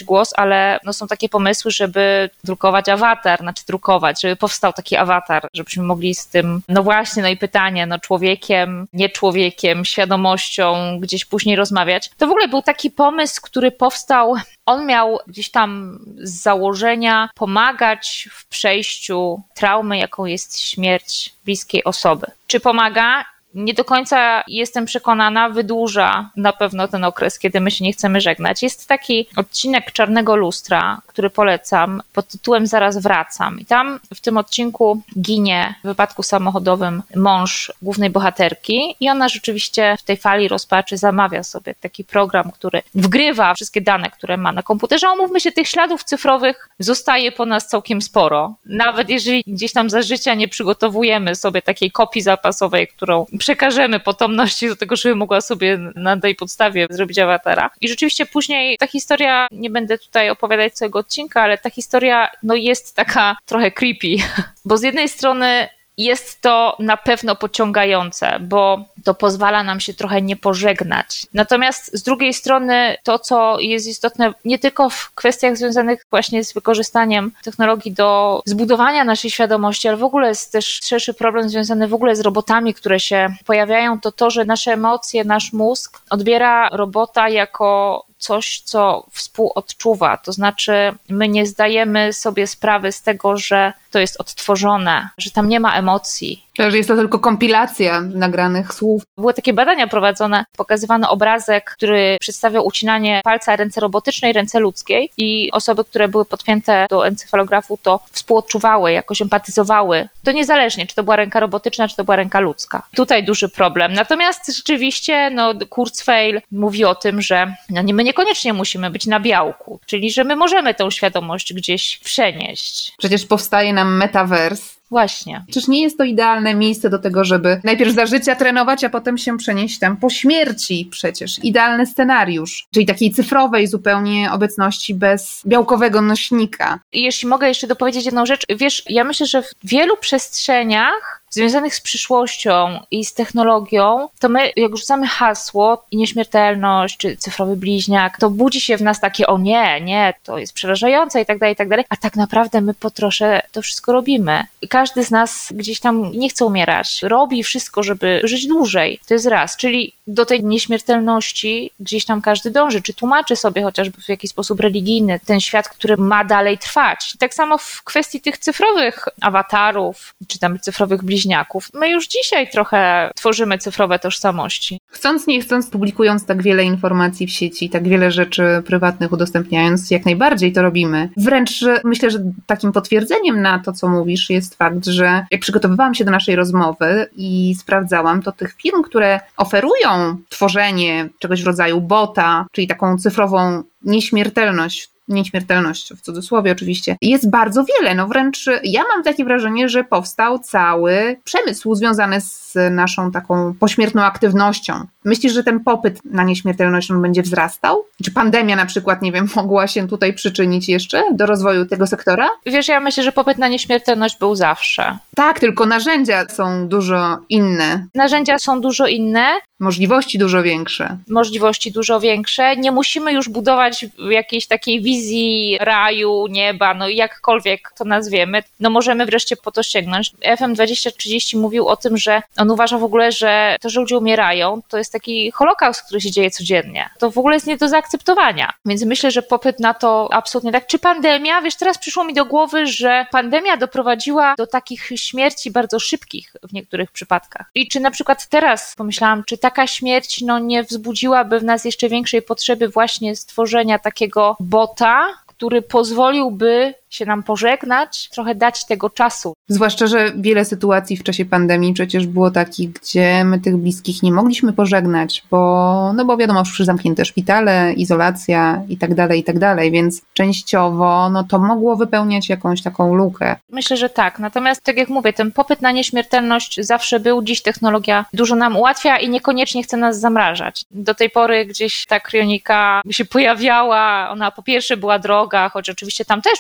zabrać głos, ale no są takie pomysły, żeby drukować awatar, znaczy drukować, żeby powstał taki awatar, żebyśmy mogli z tym, no właśnie, no i pytanie, no człowiekiem, nie człowiekiem, świadomością gdzieś później rozmawiać. To w ogóle był taki pomysł, który powstał, on miał gdzieś tam z założenia pomagać w przejściu traumy, jaką jest śmierć bliskiej osoby. Czy pomaga? Nie do końca jestem przekonana, wydłuża na pewno ten okres, kiedy my się nie chcemy żegnać. Jest taki odcinek Czarnego Lustra, który polecam, pod tytułem Zaraz wracam. I tam w tym odcinku ginie w wypadku samochodowym mąż głównej bohaterki i ona rzeczywiście w tej fali rozpaczy zamawia sobie taki program, który wgrywa wszystkie dane, które ma na komputerze. A umówmy się, tych śladów cyfrowych zostaje po nas całkiem sporo. Nawet jeżeli gdzieś tam za życia nie przygotowujemy sobie takiej kopii zapasowej, którą przekażemy potomności do tego, żeby mogła sobie na tej podstawie zrobić awatara. I rzeczywiście później ta historia, nie będę tutaj opowiadać całego odcinka, ale ta historia no jest taka trochę creepy, bo z jednej strony jest to na pewno pociągające, bo to pozwala nam się trochę nie pożegnać. Natomiast z drugiej strony to, co jest istotne nie tylko w kwestiach związanych właśnie z wykorzystaniem technologii do zbudowania naszej świadomości, ale w ogóle jest też szerszy problem związany w ogóle z robotami, które się pojawiają, to to, że nasze emocje, nasz mózg odbiera robota jako coś, co współodczuwa. To znaczy my nie zdajemy sobie sprawy z tego, że to jest odtworzone, że tam nie ma emocji. Że jest to tylko kompilacja nagranych słów. Były takie badania prowadzone, pokazywano obrazek, który przedstawiał ucinanie palca ręce robotycznej, ręce ludzkiej i osoby, które były podpięte do encefalografu, to współodczuwały, jakoś empatyzowały. To niezależnie, czy to była ręka robotyczna, czy to była ręka ludzka. Tutaj duży problem. Natomiast rzeczywiście no, Kurzweil mówi o tym, że no, my niekoniecznie musimy być na białku, czyli że my możemy tę świadomość gdzieś przenieść. Przecież powstaje nam metavers. Właśnie. Czyż nie jest to idealne miejsce do tego, żeby najpierw za życia trenować, a potem się przenieść tam po śmierci przecież. Idealny scenariusz, czyli takiej cyfrowej zupełnie obecności bez białkowego nośnika. I jeśli mogę jeszcze dopowiedzieć jedną rzecz, wiesz, ja myślę, że w wielu przestrzeniach związanych z przyszłością i z technologią, to my jak rzucamy hasło i nieśmiertelność, czy cyfrowy bliźniak, to budzi się w nas takie o nie, nie, to jest przerażające i tak dalej, i tak dalej, a tak naprawdę my po trosze to wszystko robimy. Każdy z nas gdzieś tam nie chce umierać, robi wszystko, żeby żyć dłużej. To jest raz, czyli do tej nieśmiertelności gdzieś tam każdy dąży, czy tłumaczy sobie chociażby w jakiś sposób religijny ten świat, który ma dalej trwać. I tak samo w kwestii tych cyfrowych awatarów, czy tam cyfrowych bliźniaków. My już dzisiaj trochę tworzymy cyfrowe tożsamości. Chcąc, nie chcąc, publikując tak wiele informacji w sieci, tak wiele rzeczy prywatnych udostępniając, jak najbardziej to robimy. Wręcz myślę, że takim potwierdzeniem na to, co mówisz, jest fakt, że jak przygotowywałam się do naszej rozmowy i sprawdzałam, to tych firm, które oferują tworzenie czegoś w rodzaju bota, czyli taką cyfrową nieśmiertelność, nieśmiertelność w cudzysłowie oczywiście, jest bardzo wiele. No wręcz ja mam takie wrażenie, że powstał cały przemysł związany z naszą taką pośmiertną aktywnością. Myślisz, że ten popyt na nieśmiertelność on będzie wzrastał? Czy pandemia na przykład, nie wiem, mogła się tutaj przyczynić jeszcze do rozwoju tego sektora? Wiesz, ja myślę, że popyt na nieśmiertelność był zawsze. Tak, tylko narzędzia są dużo inne. Narzędzia są dużo inne. Możliwości dużo większe. Możliwości dużo większe. Nie musimy już budować jakiejś takiej wizji raju, nieba, no jakkolwiek to nazwiemy. No możemy wreszcie po to sięgnąć. F M dwadzieścia trzydzieści mówił o tym, że on uważa w ogóle, że to, że ludzie umierają, to jest taki holokaust, który się dzieje codziennie. To w ogóle jest nie do zaakceptowania. Więc myślę, że popyt na to absolutnie tak. Czy pandemia? Wiesz, teraz przyszło mi do głowy, że pandemia doprowadziła do takich śmierci bardzo szybkich w niektórych przypadkach. I czy na przykład teraz pomyślałam, czy taka śmierć no, nie wzbudziłaby w nas jeszcze większej potrzeby właśnie stworzenia takiego bota, który pozwoliłby się nam pożegnać, trochę dać tego czasu. Zwłaszcza, że wiele sytuacji w czasie pandemii przecież było takich, gdzie my tych bliskich nie mogliśmy pożegnać, bo, no bo wiadomo, już zamknięte szpitale, izolacja i tak dalej, i tak dalej, więc częściowo no to mogło wypełniać jakąś taką lukę. Myślę, że tak. Natomiast tak jak mówię, ten popyt na nieśmiertelność zawsze był. Dziś technologia dużo nam ułatwia i niekoniecznie chce nas zamrażać. Do tej pory gdzieś ta krionika się pojawiała, ona po pierwsze była droga, choć oczywiście tam też przecież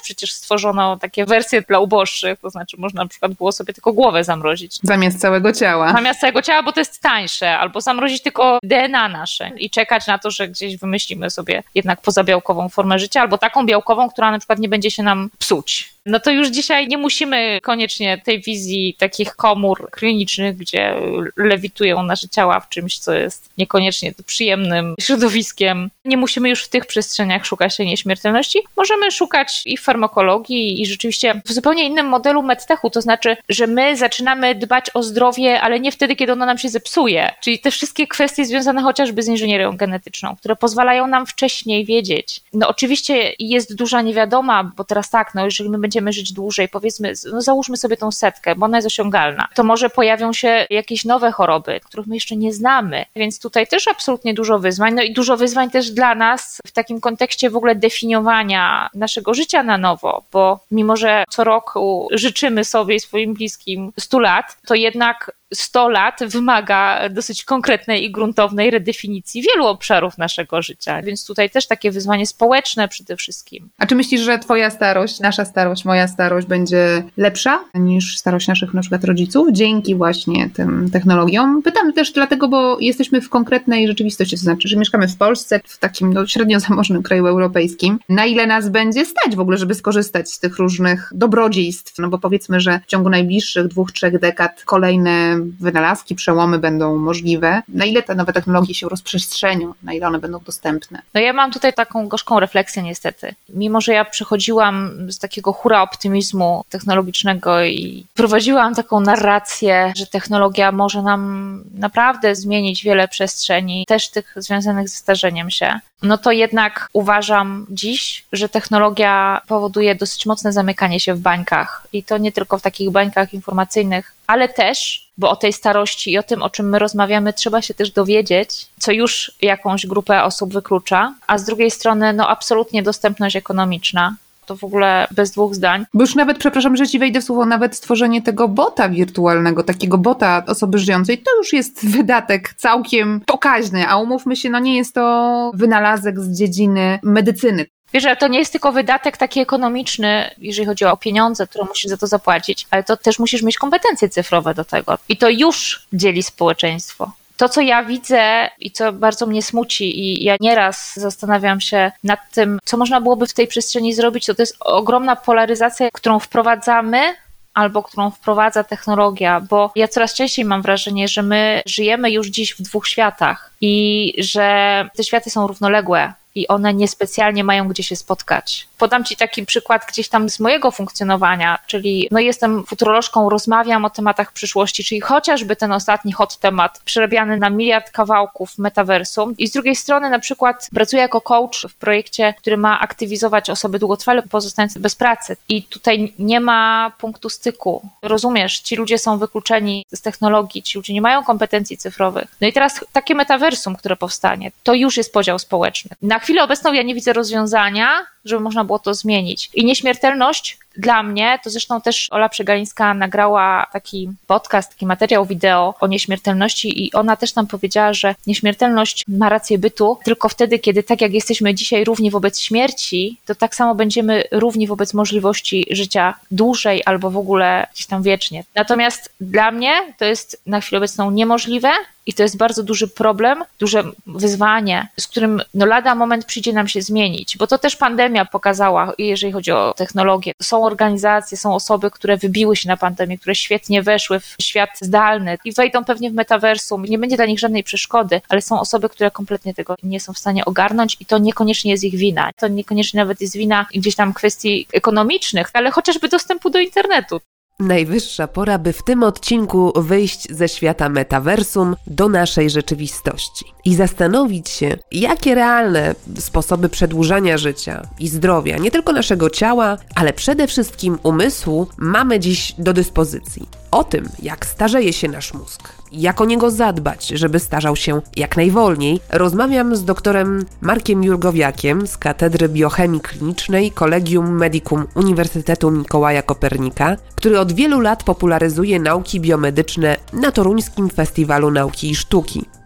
stworzono takie wersje dla uboższych, to znaczy można na przykład było sobie tylko głowę zamrozić. Zamiast całego ciała. Zamiast całego ciała, bo to jest tańsze, albo zamrozić tylko D N A nasze i czekać na to, że gdzieś wymyślimy sobie jednak pozabiałkową formę życia, albo taką białkową, która na przykład nie będzie się nam psuć. No to już dzisiaj nie musimy koniecznie tej wizji takich komór klinicznych, gdzie lewitują nasze ciała w czymś, co jest niekoniecznie przyjemnym środowiskiem. Nie musimy już w tych przestrzeniach szukać tej nieśmiertelności. Możemy szukać i w farmakologii, i rzeczywiście w zupełnie innym modelu medtechu, to znaczy, że my zaczynamy dbać o zdrowie, ale nie wtedy, kiedy ono nam się zepsuje. Czyli te wszystkie kwestie związane chociażby z inżynierią genetyczną, które pozwalają nam wcześniej wiedzieć. No oczywiście jest duża niewiadoma, bo teraz tak, no jeżeli my będziemy żyć dłużej, powiedzmy, no załóżmy sobie tą setkę, bo ona jest osiągalna, to może pojawią się jakieś nowe choroby, których my jeszcze nie znamy, więc tutaj też absolutnie dużo wyzwań, no i dużo wyzwań też dla nas w takim kontekście w ogóle definiowania naszego życia na nowo, bo mimo, że co roku życzymy sobie i swoim bliskim stu lat, to jednak sto lat wymaga dosyć konkretnej i gruntownej redefinicji wielu obszarów naszego życia, więc tutaj też takie wyzwanie społeczne przede wszystkim. A czy myślisz, że twoja starość, nasza starość, moja starość będzie lepsza niż starość naszych na przykład rodziców dzięki właśnie tym technologiom? Pytam też dlatego, bo jesteśmy w konkretnej rzeczywistości, to znaczy, że mieszkamy w Polsce, w takim no, średnio zamożnym kraju europejskim. Na ile nas będzie stać w ogóle, żeby skorzystać z tych różnych dobrodziejstw? No bo powiedzmy, że w ciągu najbliższych dwóch, trzech dekad kolejne wynalazki, przełomy będą możliwe. Na ile te nowe technologie się rozprzestrzenią, na ile one będą dostępne? No ja mam tutaj taką gorzką refleksję niestety. Mimo, że ja przechodziłam z takiego hura optymizmu technologicznego i prowadziłam taką narrację, że technologia może nam naprawdę zmienić wiele przestrzeni, też tych związanych ze starzeniem się, no to jednak uważam dziś, że technologia powoduje dosyć mocne zamykanie się w bańkach i to nie tylko w takich bańkach informacyjnych, ale też, bo o tej starości i o tym, o czym my rozmawiamy, trzeba się też dowiedzieć, co już jakąś grupę osób wyklucza, a z drugiej strony no absolutnie dostępność ekonomiczna. To w ogóle bez dwóch zdań. Bo już nawet, przepraszam, że ci wejdę w słowo, nawet stworzenie tego bota wirtualnego, takiego bota osoby żyjącej, to już jest wydatek całkiem pokaźny, a umówmy się, no nie jest to wynalazek z dziedziny medycyny. Wiesz, ale to nie jest tylko wydatek taki ekonomiczny, jeżeli chodzi o pieniądze, które musisz za to zapłacić, ale to też musisz mieć kompetencje cyfrowe do tego. I to już dzieli społeczeństwo. To, co ja widzę i co bardzo mnie smuci i ja nieraz zastanawiam się nad tym, co można byłoby w tej przestrzeni zrobić, to to jest ogromna polaryzacja, którą wprowadzamy albo którą wprowadza technologia, bo ja coraz częściej mam wrażenie, że my żyjemy już dziś w dwóch światach i że te światy są równoległe i one niespecjalnie mają gdzie się spotkać. Podam ci taki przykład gdzieś tam z mojego funkcjonowania, czyli no jestem futurolożką, rozmawiam o tematach przyszłości, czyli chociażby ten ostatni hot temat, przerabiany na miliard kawałków metaversum i z drugiej strony na przykład pracuję jako coach w projekcie, który ma aktywizować osoby długotrwale pozostające bez pracy i tutaj nie ma punktu styku. Rozumiesz, ci ludzie są wykluczeni z technologii, ci ludzie nie mają kompetencji cyfrowych. No i teraz takie metaversum, które powstanie, to już jest podział społeczny. Na chwilę obecną ja nie widzę rozwiązania, żeby można było to zmienić. I nieśmiertelność dla mnie, to zresztą też Ola Przegalińska nagrała taki podcast, taki materiał wideo o nieśmiertelności i ona też nam powiedziała, że nieśmiertelność ma rację bytu tylko wtedy, kiedy tak jak jesteśmy dzisiaj równi wobec śmierci, to tak samo będziemy równi wobec możliwości życia dłużej albo w ogóle gdzieś tam wiecznie. Natomiast dla mnie to jest na chwilę obecną niemożliwe i to jest bardzo duży problem, duże wyzwanie, z którym no lada moment przyjdzie nam się zmienić, bo to też pandemia pokazała, jeżeli chodzi o technologię. Są organizacje, są osoby, które wybiły się na pandemię, które świetnie weszły w świat zdalny i wejdą pewnie w metaversum. Nie będzie dla nich żadnej przeszkody, ale są osoby, które kompletnie tego nie są w stanie ogarnąć i to niekoniecznie jest ich wina. To niekoniecznie nawet jest wina gdzieś tam kwestii ekonomicznych, ale chociażby dostępu do internetu. Najwyższa pora, by w tym odcinku wyjść ze świata metaversum do naszej rzeczywistości i zastanowić się, jakie realne sposoby przedłużania życia i zdrowia, nie tylko naszego ciała, ale przede wszystkim umysłu, mamy dziś do dyspozycji. O tym, jak starzeje się nasz mózg, jak o niego zadbać, żeby starzał się jak najwolniej, rozmawiam z doktorem Markiem Jurgowiakiem z Katedry Biochemii Klinicznej Collegium Medicum Uniwersytetu Mikołaja Kopernika, który od wielu lat popularyzuje nauki biomedyczne na Toruńskim Festiwalu Nauki i Sztuki.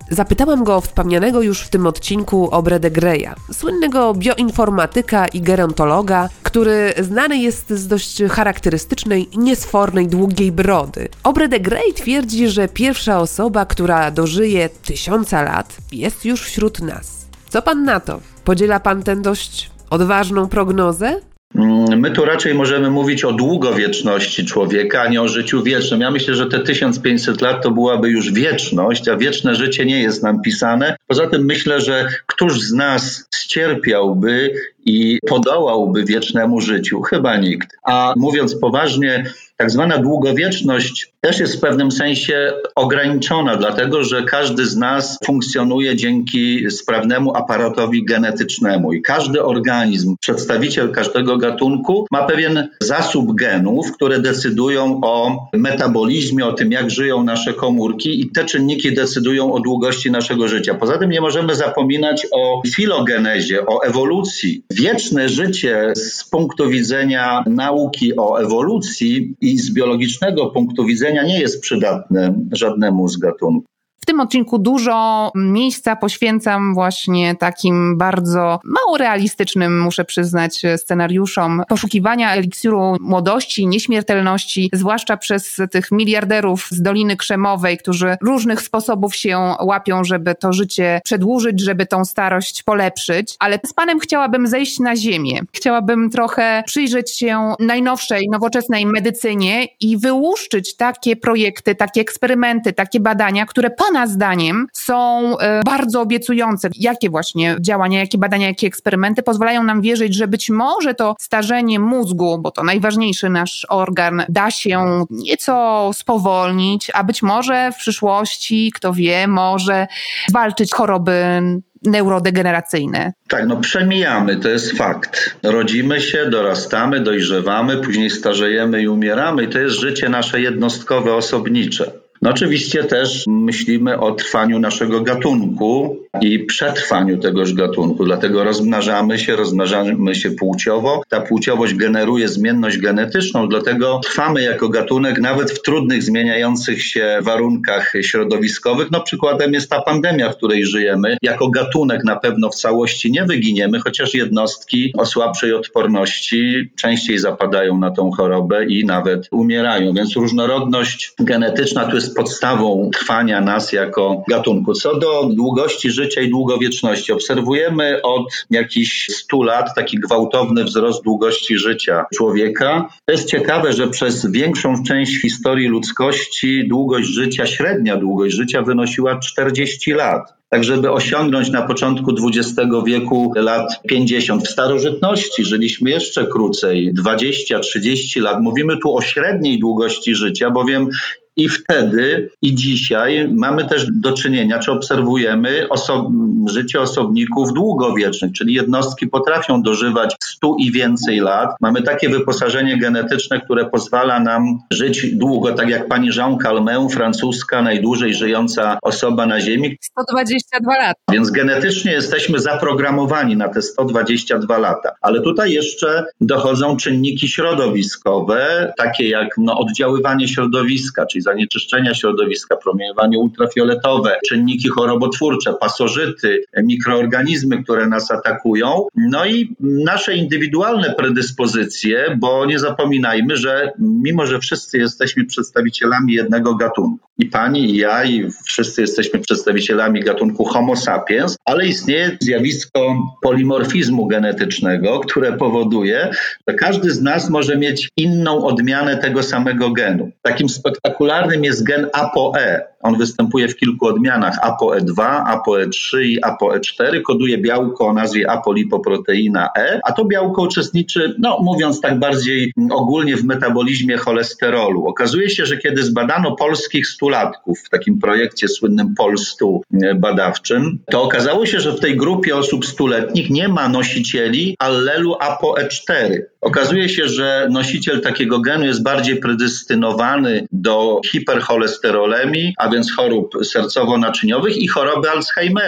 Zapytałam go o wspomnianego już w tym odcinku Aubrey de Greya, słynnego bioinformatyka i gerontologa, który znany jest z dość charakterystycznej, niesfornej, długiej brody. Aubrey de Grey twierdzi, że pierwsza osoba, która dożyje tysiąca lat, jest już wśród nas. Co pan na to? Podziela pan tę dość odważną prognozę? My tu raczej możemy mówić o długowieczności człowieka, a nie o życiu wiecznym. Ja myślę, że te tysiąc pięćset lat to byłaby już wieczność, a wieczne życie nie jest nam pisane. Poza tym myślę, że któż z nas ścierpiałby i podołałby wiecznemu życiu? Chyba nikt. A mówiąc poważnie, tak zwana długowieczność też jest w pewnym sensie ograniczona, dlatego że każdy z nas funkcjonuje dzięki sprawnemu aparatowi genetycznemu i każdy organizm, przedstawiciel każdego gatunku ma pewien zasób genów, które decydują o metabolizmie, o tym, jak żyją nasze komórki, i te czynniki decydują o długości naszego życia. Poza tym nie możemy zapominać o filogenezie, o ewolucji. Wieczne życie z punktu widzenia nauki o ewolucji i z biologicznego punktu widzenia nie jest przydatne żadnemu z gatunków. W tym odcinku dużo miejsca poświęcam właśnie takim bardzo mało realistycznym, muszę przyznać, scenariuszom poszukiwania eliksiru młodości, nieśmiertelności, zwłaszcza przez tych miliarderów z Doliny Krzemowej, którzy różnych sposobów się łapią, żeby to życie przedłużyć, żeby tą starość polepszyć. Ale z panem chciałabym zejść na ziemię. Chciałabym trochę przyjrzeć się najnowszej, nowoczesnej medycynie i wyłuszczyć takie projekty, takie eksperymenty, takie badania, które pana zdaniem są y, bardzo obiecujące. Jakie właśnie działania, jakie badania, jakie eksperymenty pozwalają nam wierzyć, że być może to starzenie mózgu, bo to najważniejszy nasz organ, da się nieco spowolnić, a być może w przyszłości, kto wie, może zwalczyć choroby neurodegeneracyjne. Tak, no przemijamy, to jest fakt. Rodzimy się, dorastamy, dojrzewamy, później starzejemy i umieramy i to jest życie nasze jednostkowe, osobnicze. No oczywiście też myślimy o trwaniu naszego gatunku i przetrwaniu tegoż gatunku, dlatego rozmnażamy się, rozmnażamy się płciowo. Ta płciowość generuje zmienność genetyczną, dlatego trwamy jako gatunek nawet w trudnych, zmieniających się warunkach środowiskowych. No przykładem jest ta pandemia, w której żyjemy. Jako gatunek na pewno w całości nie wyginiemy, chociaż jednostki o słabszej odporności częściej zapadają na tą chorobę i nawet umierają. Więc różnorodność genetyczna tu jest podstawą trwania nas jako gatunku. Co do długości życia i długowieczności, obserwujemy od jakichś stu lat taki gwałtowny wzrost długości życia człowieka. To jest ciekawe, że przez większą część historii ludzkości długość życia, średnia długość życia wynosiła czterdzieści lat. Tak, żeby osiągnąć na początku dwudziestego wieku lat pięćdziesiąt. W starożytności żyliśmy jeszcze krócej, dwadzieścia trzydzieści lat. Mówimy tu o średniej długości życia, bowiem i wtedy, i dzisiaj mamy też do czynienia, czy obserwujemy oso- życie osobników długowiecznych, czyli jednostki potrafią dożywać stu i więcej lat. Mamy takie wyposażenie genetyczne, które pozwala nam żyć długo, tak jak pani Jean Calment, francuska, najdłużej żyjąca osoba na Ziemi. sto dwadzieścia dwa lata. Więc genetycznie jesteśmy zaprogramowani na te sto dwadzieścia dwa lata. Ale tutaj jeszcze dochodzą czynniki środowiskowe, takie jak no, oddziaływanie środowiska, czyli zanieczyszczenia środowiska, promieniowanie ultrafioletowe, czynniki chorobotwórcze, pasożyty, mikroorganizmy, które nas atakują. No i nasze indywidualne predyspozycje, bo nie zapominajmy, że mimo, że wszyscy jesteśmy przedstawicielami jednego gatunku, i pani, i ja, i wszyscy jesteśmy przedstawicielami gatunku Homo sapiens, ale istnieje zjawisko polimorfizmu genetycznego, które powoduje, że każdy z nas może mieć inną odmianę tego samego genu. Takim spektakularnym jest gen A P O E. On występuje w kilku odmianach: A P O E dwa, A P O E trzy i A P O E cztery. Koduje białko o nazwie apolipoproteina E, a to białko uczestniczy, no mówiąc tak bardziej ogólnie, w metabolizmie cholesterolu. Okazuje się, że kiedy zbadano polskich stulatków w takim projekcie słynnym Pol stu badawczym, to okazało się, że w tej grupie osób stuletnich nie ma nosicieli allelu A P O E cztery. Okazuje się, że nosiciel takiego genu jest bardziej predystynowany do hipercholesterolemii, a więc chorób sercowo-naczyniowych i choroby Alzheimera.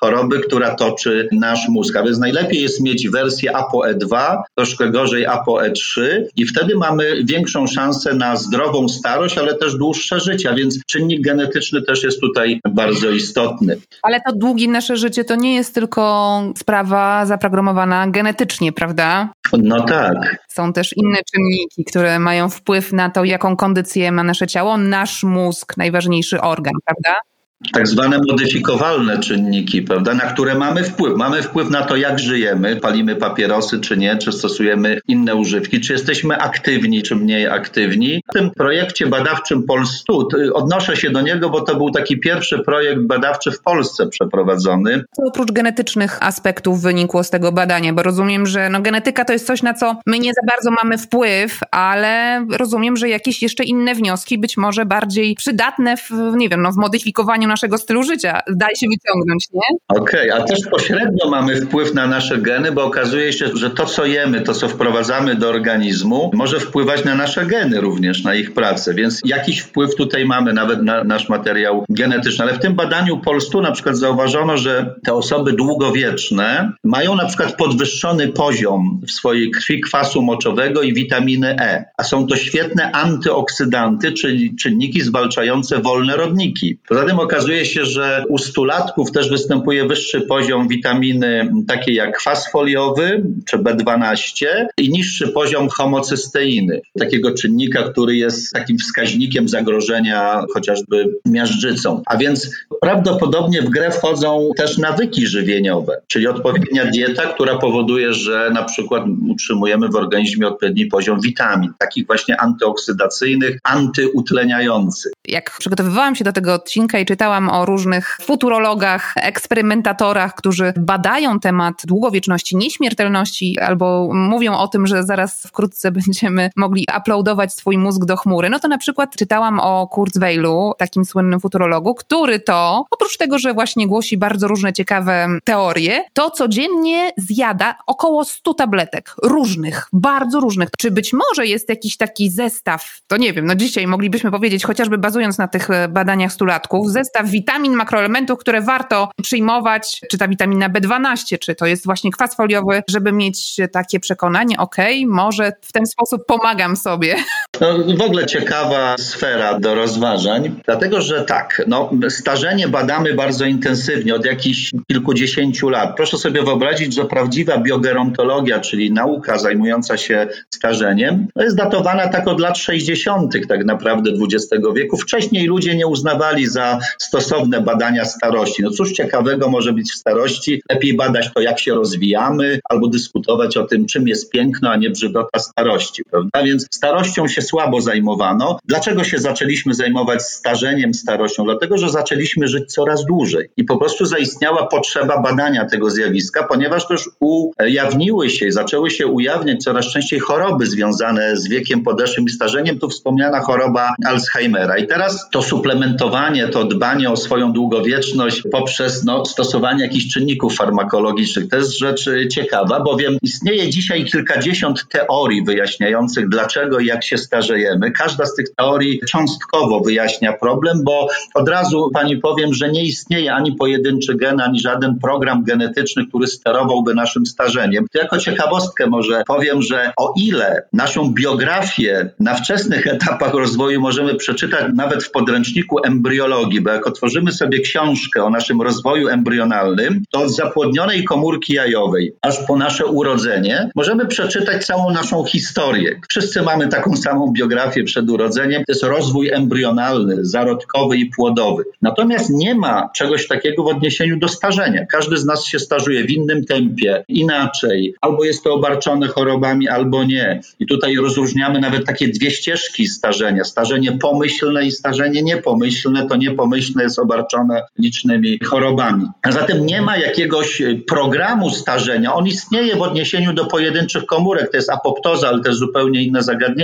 choroby, która toczy nasz mózg. A więc najlepiej jest mieć wersję A P O E dwa, troszkę gorzej A P O E trzy i wtedy mamy większą szansę na zdrową starość, ale też dłuższe życie, a więc czynnik genetyczny też jest tutaj bardzo istotny. Ale to długie nasze życie to nie jest tylko sprawa zaprogramowana genetycznie, prawda? No tak. Są też inne czynniki, które mają wpływ na to, jaką kondycję ma nasze ciało, nasz mózg, najważniejszy organ, prawda? Tak zwane modyfikowalne czynniki, prawda, na które mamy wpływ. Mamy wpływ na to, jak żyjemy, palimy papierosy czy nie, czy stosujemy inne używki, czy jesteśmy aktywni, czy mniej aktywni. W tym projekcie badawczym Polstud odnoszę się do niego, bo to był taki pierwszy projekt badawczy w Polsce przeprowadzony. Co oprócz genetycznych aspektów wynikło z tego badania? Bo rozumiem, że no, genetyka to jest coś, na co my nie za bardzo mamy wpływ, ale rozumiem, że jakieś jeszcze inne wnioski, być może bardziej przydatne w, nie wiem, no, w modyfikowaniu naszego stylu życia. Daje się wyciągnąć, nie? Okej, okay, a też pośrednio mamy wpływ na nasze geny, bo okazuje się, że to, co jemy, to, co wprowadzamy do organizmu, może wpływać na nasze geny również, na ich pracę, więc jakiś wpływ tutaj mamy nawet na nasz materiał genetyczny. Ale w tym badaniu Polstu na przykład zauważono, że te osoby długowieczne mają na przykład podwyższony poziom w swojej krwi kwasu moczowego i witaminy E, a są to świetne antyoksydanty, czyli czynniki zwalczające wolne rodniki. Poza tym okazuje się, że u stulatków też występuje wyższy poziom witaminy takiej jak kwas foliowy czy B dwanaście i niższy poziom homocysteiny, takiego czynnika, który jest takim wskaźnikiem zagrożenia chociażby miażdżycą. A więc prawdopodobnie w grę wchodzą też nawyki żywieniowe, czyli odpowiednia dieta, która powoduje, że na przykład utrzymujemy w organizmie odpowiedni poziom witamin, takich właśnie antyoksydacyjnych, antyutleniających. Jak przygotowywałam się do tego odcinka i czytałam o różnych futurologach, eksperymentatorach, którzy badają temat długowieczności, nieśmiertelności albo mówią o tym, że zaraz wkrótce będziemy mogli uploadować swój mózg do chmury, no to na przykład czytałam o Kurzweilu, takim słynnym futurologu, który to, oprócz tego, że właśnie głosi bardzo różne ciekawe teorie, to codziennie zjada około stu tabletek, różnych, bardzo różnych. Czy być może jest jakiś taki zestaw, to nie wiem, no dzisiaj moglibyśmy powiedzieć, chociażby bazując na tych badaniach stulatków, zestaw witamin, makroelementów, które warto przyjmować, czy ta witamina B dwanaście, czy to jest właśnie kwas foliowy, żeby mieć takie przekonanie, okej, okay, może w ten sposób pomagam sobie. No, w ogóle ciekawa sfera do rozważań, dlatego że tak, no, starzenie badamy bardzo intensywnie od jakichś kilkudziesięciu lat. Proszę sobie wyobrazić, że prawdziwa biogerontologia, czyli nauka zajmująca się starzeniem, to jest datowana tak od lat sześćdziesiątych tak naprawdę dwudziestego wieku. Wcześniej ludzie nie uznawali za stosowne badania starości. No cóż ciekawego może być w starości? Lepiej badać to, jak się rozwijamy, albo dyskutować o tym, czym jest piękno, a nie brzydota starości, prawda? Więc starością się słabo zajmowano. Dlaczego się zaczęliśmy zajmować starzeniem, starością? Dlatego, że zaczęliśmy żyć coraz dłużej i po prostu zaistniała potrzeba badania tego zjawiska, ponieważ też ujawniły się, zaczęły się ujawniać coraz częściej choroby związane z wiekiem podeszłym i starzeniem. Tu wspomniana choroba Alzheimera. I teraz to suplementowanie, to dbanie o swoją długowieczność poprzez no, stosowanie jakichś czynników farmakologicznych, to jest rzecz ciekawa, bowiem istnieje dzisiaj kilkadziesiąt teorii wyjaśniających, dlaczego i jak się starzejemy. Każda z tych teorii cząstkowo wyjaśnia problem, bo od razu pani powiem, że nie istnieje ani pojedynczy gen, ani żaden program genetyczny, który sterowałby naszym starzeniem. To jako ciekawostkę może powiem, że o ile naszą biografię na wczesnych etapach rozwoju możemy przeczytać nawet w podręczniku embriologii, bo jak otworzymy sobie książkę o naszym rozwoju embrionalnym, to od zapłodnionej komórki jajowej aż po nasze urodzenie możemy przeczytać całą naszą historię. Wszyscy mamy taką samą biografię przed urodzeniem. To jest rozwój embrionalny, zarodkowy i płodowy. Natomiast nie ma czegoś takiego w odniesieniu do starzenia. Każdy z nas się starzuje w innym tempie, inaczej. Albo jest to obarczone chorobami, albo nie. I tutaj rozróżniamy nawet takie dwie ścieżki starzenia. Starzenie pomyślne i starzenie niepomyślne. To niepomyślne jest obarczone licznymi chorobami. A zatem nie ma jakiegoś programu starzenia. On istnieje w odniesieniu do pojedynczych komórek. To jest apoptoza, ale to jest zupełnie inne zagadnienie. Takie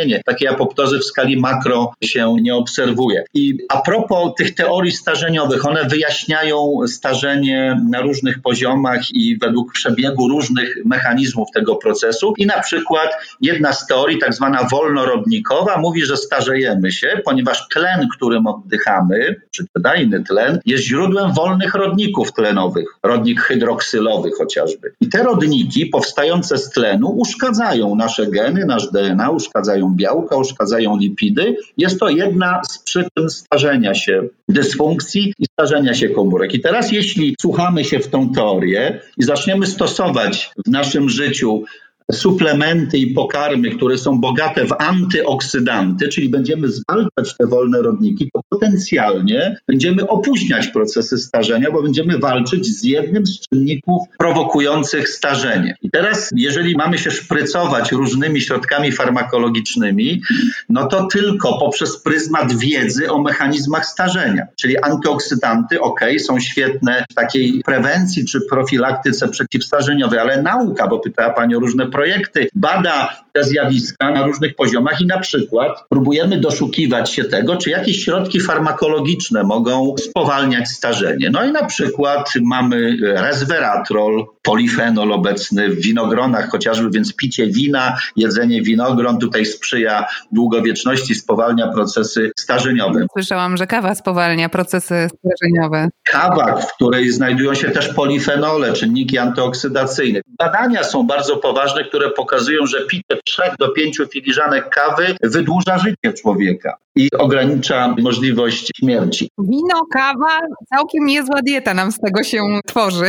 apoptozy w skali makro się nie obserwuje. I a propos tych teorii starzeniowych, one wyjaśniają starzenie na różnych poziomach i według przebiegu różnych mechanizmów tego procesu. I na przykład jedna z teorii, tak zwana wolnorodnikowa, mówi, że starzejemy się, ponieważ tlen, którym oddychamy, czy wydajny tlen, jest źródłem wolnych rodników tlenowych, rodnik hydroksylowy chociażby. I te rodniki powstające z tlenu uszkadzają nasze geny, nasz D N A, uszkadzają białka, uszkadzają lipidy. Jest to jedna z przyczyn starzenia się, dysfunkcji i starzenia się komórek. I teraz jeśli słuchamy się w tą teorię i zaczniemy stosować w naszym życiu suplementy i pokarmy, które są bogate w antyoksydanty, czyli będziemy zwalczać te wolne rodniki, to potencjalnie będziemy opóźniać procesy starzenia, bo będziemy walczyć z jednym z czynników prowokujących starzenie. I teraz, jeżeli mamy się szprycować różnymi środkami farmakologicznymi, no to tylko poprzez pryzmat wiedzy o mechanizmach starzenia. Czyli antyoksydanty, ok, są świetne w takiej prewencji czy profilaktyce przeciwstarzeniowej, ale nauka, bo pytała Pani o różne projekty, bada te zjawiska na różnych poziomach i na przykład próbujemy doszukiwać się tego, czy jakieś środki farmakologiczne mogą spowalniać starzenie. No i na przykład mamy resveratrol, polifenol obecny w winogronach chociażby, więc picie wina, jedzenie winogron tutaj sprzyja długowieczności, spowalnia procesy starzeniowe. Słyszałam, że kawa spowalnia procesy starzeniowe. Kawa, w której znajdują się też polifenole, czynniki antyoksydacyjne. Badania są bardzo poważne, które pokazują, że picie trzech do pięciu filiżanek kawy wydłuża życie człowieka i ogranicza możliwość śmierci. Wino, kawa, całkiem niezła dieta nam z tego się tworzy.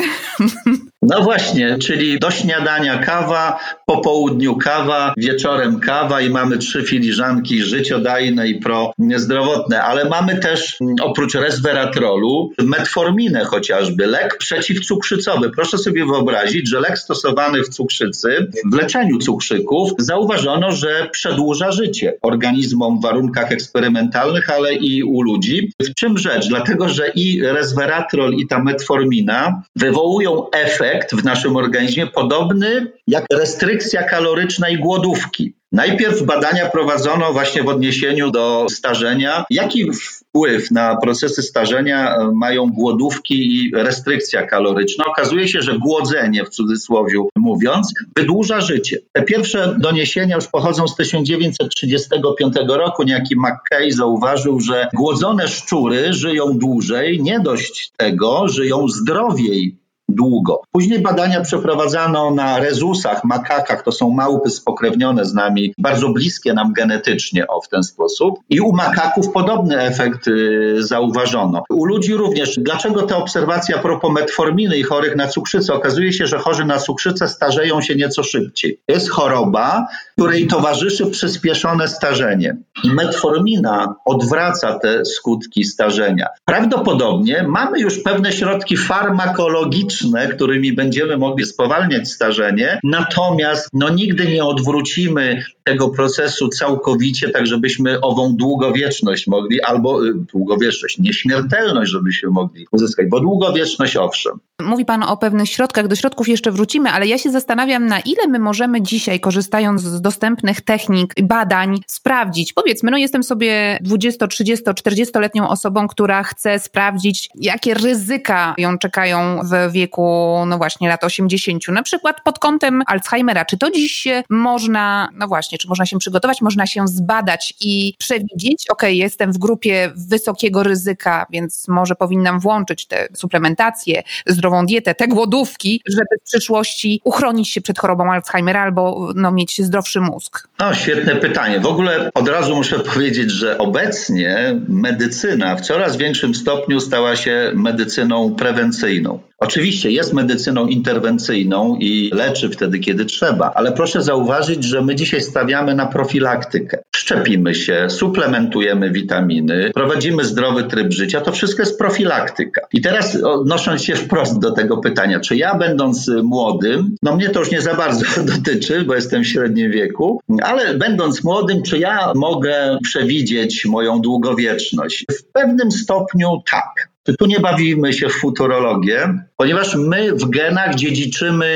No właśnie, czyli do śniadania kawa, po południu kawa, wieczorem kawa i mamy trzy filiżanki życiodajne i prozdrowotne, ale mamy też oprócz resveratrolu metforminę chociażby, lek przeciwcukrzycowy. Proszę sobie wyobrazić, że lek stosowany w cukrzycy, w leczeniu cukrzyków zauważono, że przedłuża życie organizmom w warunkach eksperymentalnych, ale i u ludzi. W czym rzecz? Dlatego, że i resveratrol i ta metformina wywołują efekt w naszym organizmie podobny jak restrykcja kaloryczna i głodówki. Najpierw badania prowadzono właśnie w odniesieniu do starzenia. Jaki wpływ na procesy starzenia mają głodówki i restrykcja kaloryczna? Okazuje się, że głodzenie, w cudzysłowie mówiąc, wydłuża życie. Te pierwsze doniesienia już pochodzą z tysiąc dziewięćset trzydziestego piątego roku. Niejaki McKay zauważył, że głodzone szczury żyją dłużej, nie dość tego, żyją zdrowiej długo. Później badania przeprowadzano na rezusach, makakach, to są małpy spokrewnione z nami, bardzo bliskie nam genetycznie, o w ten sposób. I u makaków podobny efekt y, zauważono. U ludzi również. Dlaczego ta obserwacja a propos metforminy i chorych na cukrzycę? Okazuje się, że chorzy na cukrzycę starzeją się nieco szybciej. To jest choroba, której towarzyszy przyspieszone starzenie. I metformina odwraca te skutki starzenia. Prawdopodobnie mamy już pewne środki farmakologiczne, którymi będziemy mogli spowalniać starzenie, natomiast no, nigdy nie odwrócimy tego procesu całkowicie, tak żebyśmy ową długowieczność mogli, albo y, długowieczność, nieśmiertelność, żebyśmy mogli uzyskać, bo długowieczność owszem. Mówi Pan o pewnych środkach, do środków jeszcze wrócimy, ale ja się zastanawiam, na ile my możemy dzisiaj, korzystając z dostępnych technik, badań, sprawdzić. Powiedzmy, no jestem sobie dwudziesto-, trzydziesto-, czterdziestoletnią osobą, która chce sprawdzić, jakie ryzyka ją czekają w wieku, no właśnie, lat osiemdziesięciu, na przykład pod kątem Alzheimera. Czy to dziś można, no właśnie, czy można się przygotować, można się zbadać i przewidzieć, okej, jestem w grupie wysokiego ryzyka, więc może powinnam włączyć tę suplementację, zdrową dietę, te głodówki, żeby w przyszłości uchronić się przed chorobą Alzheimera albo no, mieć zdrowszy mózg? No, świetne pytanie. W ogóle od razu muszę powiedzieć, że obecnie medycyna w coraz większym stopniu stała się medycyną prewencyjną. Oczywiście jest medycyną interwencyjną i leczy wtedy, kiedy trzeba, ale proszę zauważyć, że my dzisiaj stawiamy na profilaktykę. Szczepimy się, suplementujemy witaminy, prowadzimy zdrowy tryb życia, to wszystko jest profilaktyka. I teraz odnosząc się wprost do tego pytania, czy ja będąc młodym, no mnie to już nie za bardzo dotyczy, bo jestem w średnim wieku, ale będąc młodym, czy ja mogę przewidzieć moją długowieczność? W pewnym stopniu tak. Tu nie bawimy się w futurologię, ponieważ my w genach dziedziczymy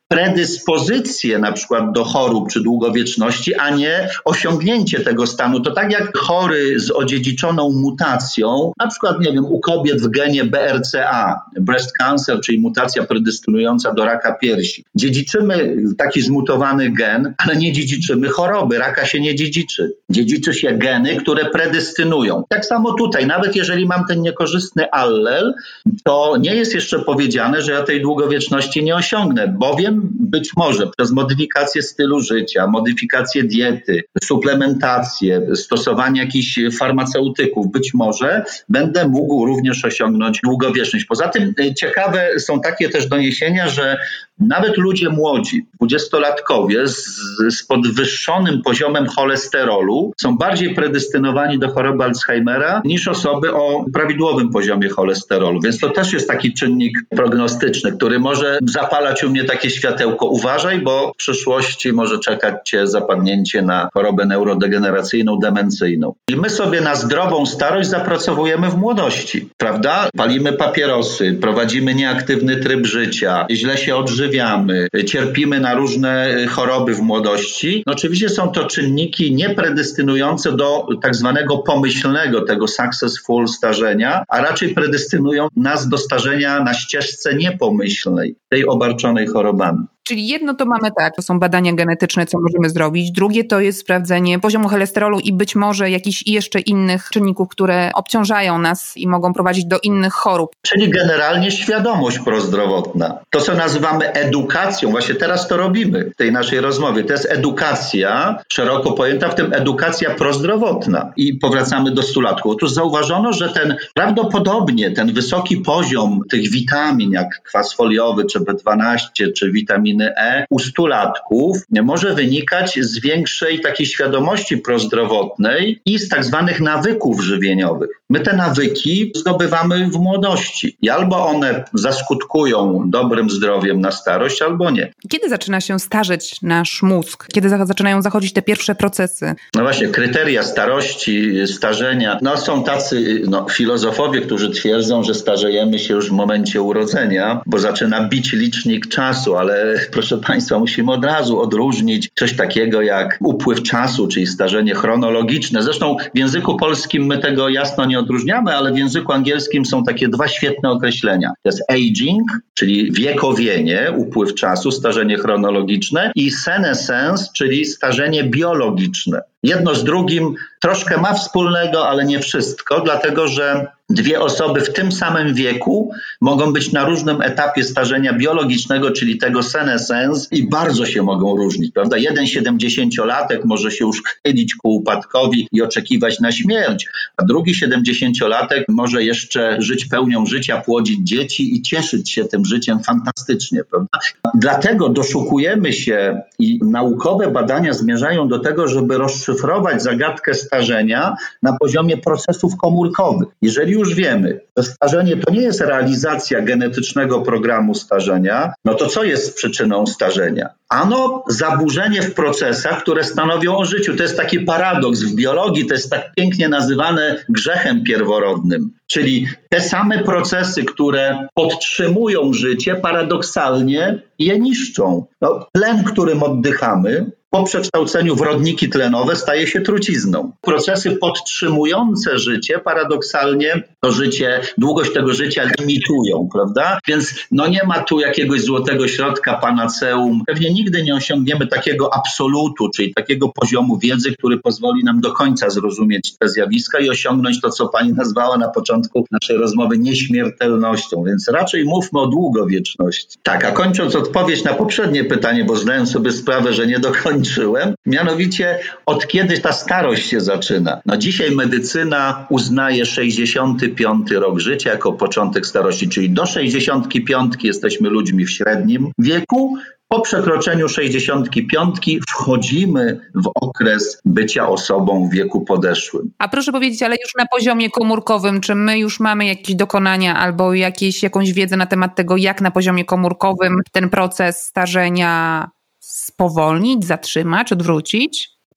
predyspozycje na przykład do chorób czy długowieczności, a nie osiągnięcie tego stanu. To tak jak chory z odziedziczoną mutacją, na przykład, nie wiem, u kobiet w genie B R C A, breast cancer, czyli mutacja predystynująca do raka piersi. Dziedziczymy taki zmutowany gen, ale nie dziedziczymy choroby. Raka się nie dziedziczy. Dziedziczy się geny, które predystynują. Tak samo tutaj, nawet jeżeli mam ten niekorzystny allel, to nie jest jeszcze powiedziane, że ja tej długowieczności nie osiągnę, bowiem być może przez modyfikację stylu życia, modyfikację diety, suplementację, stosowanie jakichś farmaceutyków, być może będę mógł również osiągnąć długowieczność. Poza tym ciekawe są takie też doniesienia, że nawet ludzie młodzi, dwudziestolatkowie z, z podwyższonym poziomem cholesterolu są bardziej predystynowani do choroby Alzheimera niż osoby o prawidłowym poziomie cholesterolu. Więc to też jest taki czynnik prognostyczny, który może zapalać u mnie takie światełko. Uważaj, bo w przyszłości może czekać cię zapadnięcie na chorobę neurodegeneracyjną, demencyjną. I my sobie na zdrową starość zapracowujemy w młodości, prawda? Palimy papierosy, prowadzimy nieaktywny tryb życia, źle się odżywiamy, cierpimy na różne choroby w młodości. No oczywiście są to czynniki niepredystynujące do tak zwanego pomyślnego, tego successful starzenia, a raczej predystynują nas do starzenia na ścieżce niepomyślnej, tej obarczonej chorobami. Czyli jedno to mamy tak, to są badania genetyczne, co możemy zrobić. Drugie to jest sprawdzenie poziomu cholesterolu i być może jakichś jeszcze innych czynników, które obciążają nas i mogą prowadzić do innych chorób. Czyli generalnie świadomość prozdrowotna. To, co nazywamy edukacją, właśnie teraz to robimy w tej naszej rozmowie. To jest edukacja szeroko pojęta, w tym edukacja prozdrowotna. I powracamy do stulatków. Otóż zauważono, że ten prawdopodobnie ten wysoki poziom tych witamin, jak kwas foliowy, czy B dwanaście, czy witaminy E u stulatków może wynikać z większej takiej świadomości prozdrowotnej i z tak zwanych nawyków żywieniowych. My te nawyki zdobywamy w młodości i albo one zaskutkują dobrym zdrowiem na starość, albo nie. Kiedy zaczyna się starzeć nasz mózg? Kiedy zaczynają zachodzić te pierwsze procesy? No właśnie, kryteria starości, starzenia. No są tacy no, filozofowie, którzy twierdzą, że starzejemy się już w momencie urodzenia, bo zaczyna bić licznik czasu, ale proszę Państwa, musimy od razu odróżnić coś takiego jak upływ czasu, czyli starzenie chronologiczne. Zresztą w języku polskim my tego jasno nie odróżniamy, ale w języku angielskim są takie dwa świetne określenia. To jest aging, czyli wiekowienie, upływ czasu, starzenie chronologiczne i senescence, czyli starzenie biologiczne. Jedno z drugim troszkę ma wspólnego, ale nie wszystko, dlatego że dwie osoby w tym samym wieku mogą być na różnym etapie starzenia biologicznego, czyli tego senescence i bardzo się mogą różnić, prawda? Jeden siedemdziesięciolatek może się już chylić ku upadkowi i oczekiwać na śmierć, a drugi siedemdziesięciolatek może jeszcze żyć pełnią życia, płodzić dzieci i cieszyć się tym życiem fantastycznie, prawda? Dlatego doszukujemy się i naukowe badania zmierzają do tego, żeby rozszyfrować zagadkę starzenia na poziomie procesów komórkowych. Jeżeli już wiemy, że starzenie to nie jest realizacja genetycznego programu starzenia, no to co jest przyczyną starzenia? Ano zaburzenie w procesach, które stanowią o życiu. To jest taki paradoks w biologii, to jest tak pięknie nazywane grzechem pierworodnym. Czyli te same procesy, które podtrzymują życie, paradoksalnie je niszczą. No, tlen, którym oddychamy, po przekształceniu w rodniki tlenowe staje się trucizną. Procesy podtrzymujące życie paradoksalnie to życie, długość tego życia limitują, prawda? Więc no nie ma tu jakiegoś złotego środka, panaceum. Pewnie nigdy nie osiągniemy takiego absolutu, czyli takiego poziomu wiedzy, który pozwoli nam do końca zrozumieć te zjawiska i osiągnąć to, co pani nazwała na początku naszej rozmowy nieśmiertelnością. Więc raczej mówmy o długowieczności. Tak, a kończąc odpowiedź na poprzednie pytanie, bo zdałem sobie sprawę, że nie do końca mianowicie od kiedy ta starość się zaczyna. No dzisiaj medycyna uznaje sześćdziesiąty piąty rok życia jako początek starości, czyli do sześćdziesiątki piątki jesteśmy ludźmi w średnim wieku. Po przekroczeniu sześćdziesiątki piątki wchodzimy w okres bycia osobą w wieku podeszłym. A proszę powiedzieć, ale już na poziomie komórkowym, czy my już mamy jakieś dokonania albo jakieś, jakąś wiedzę na temat tego, jak na poziomie komórkowym ten proces starzenia spowolnić, zatrzymać, odwrócić?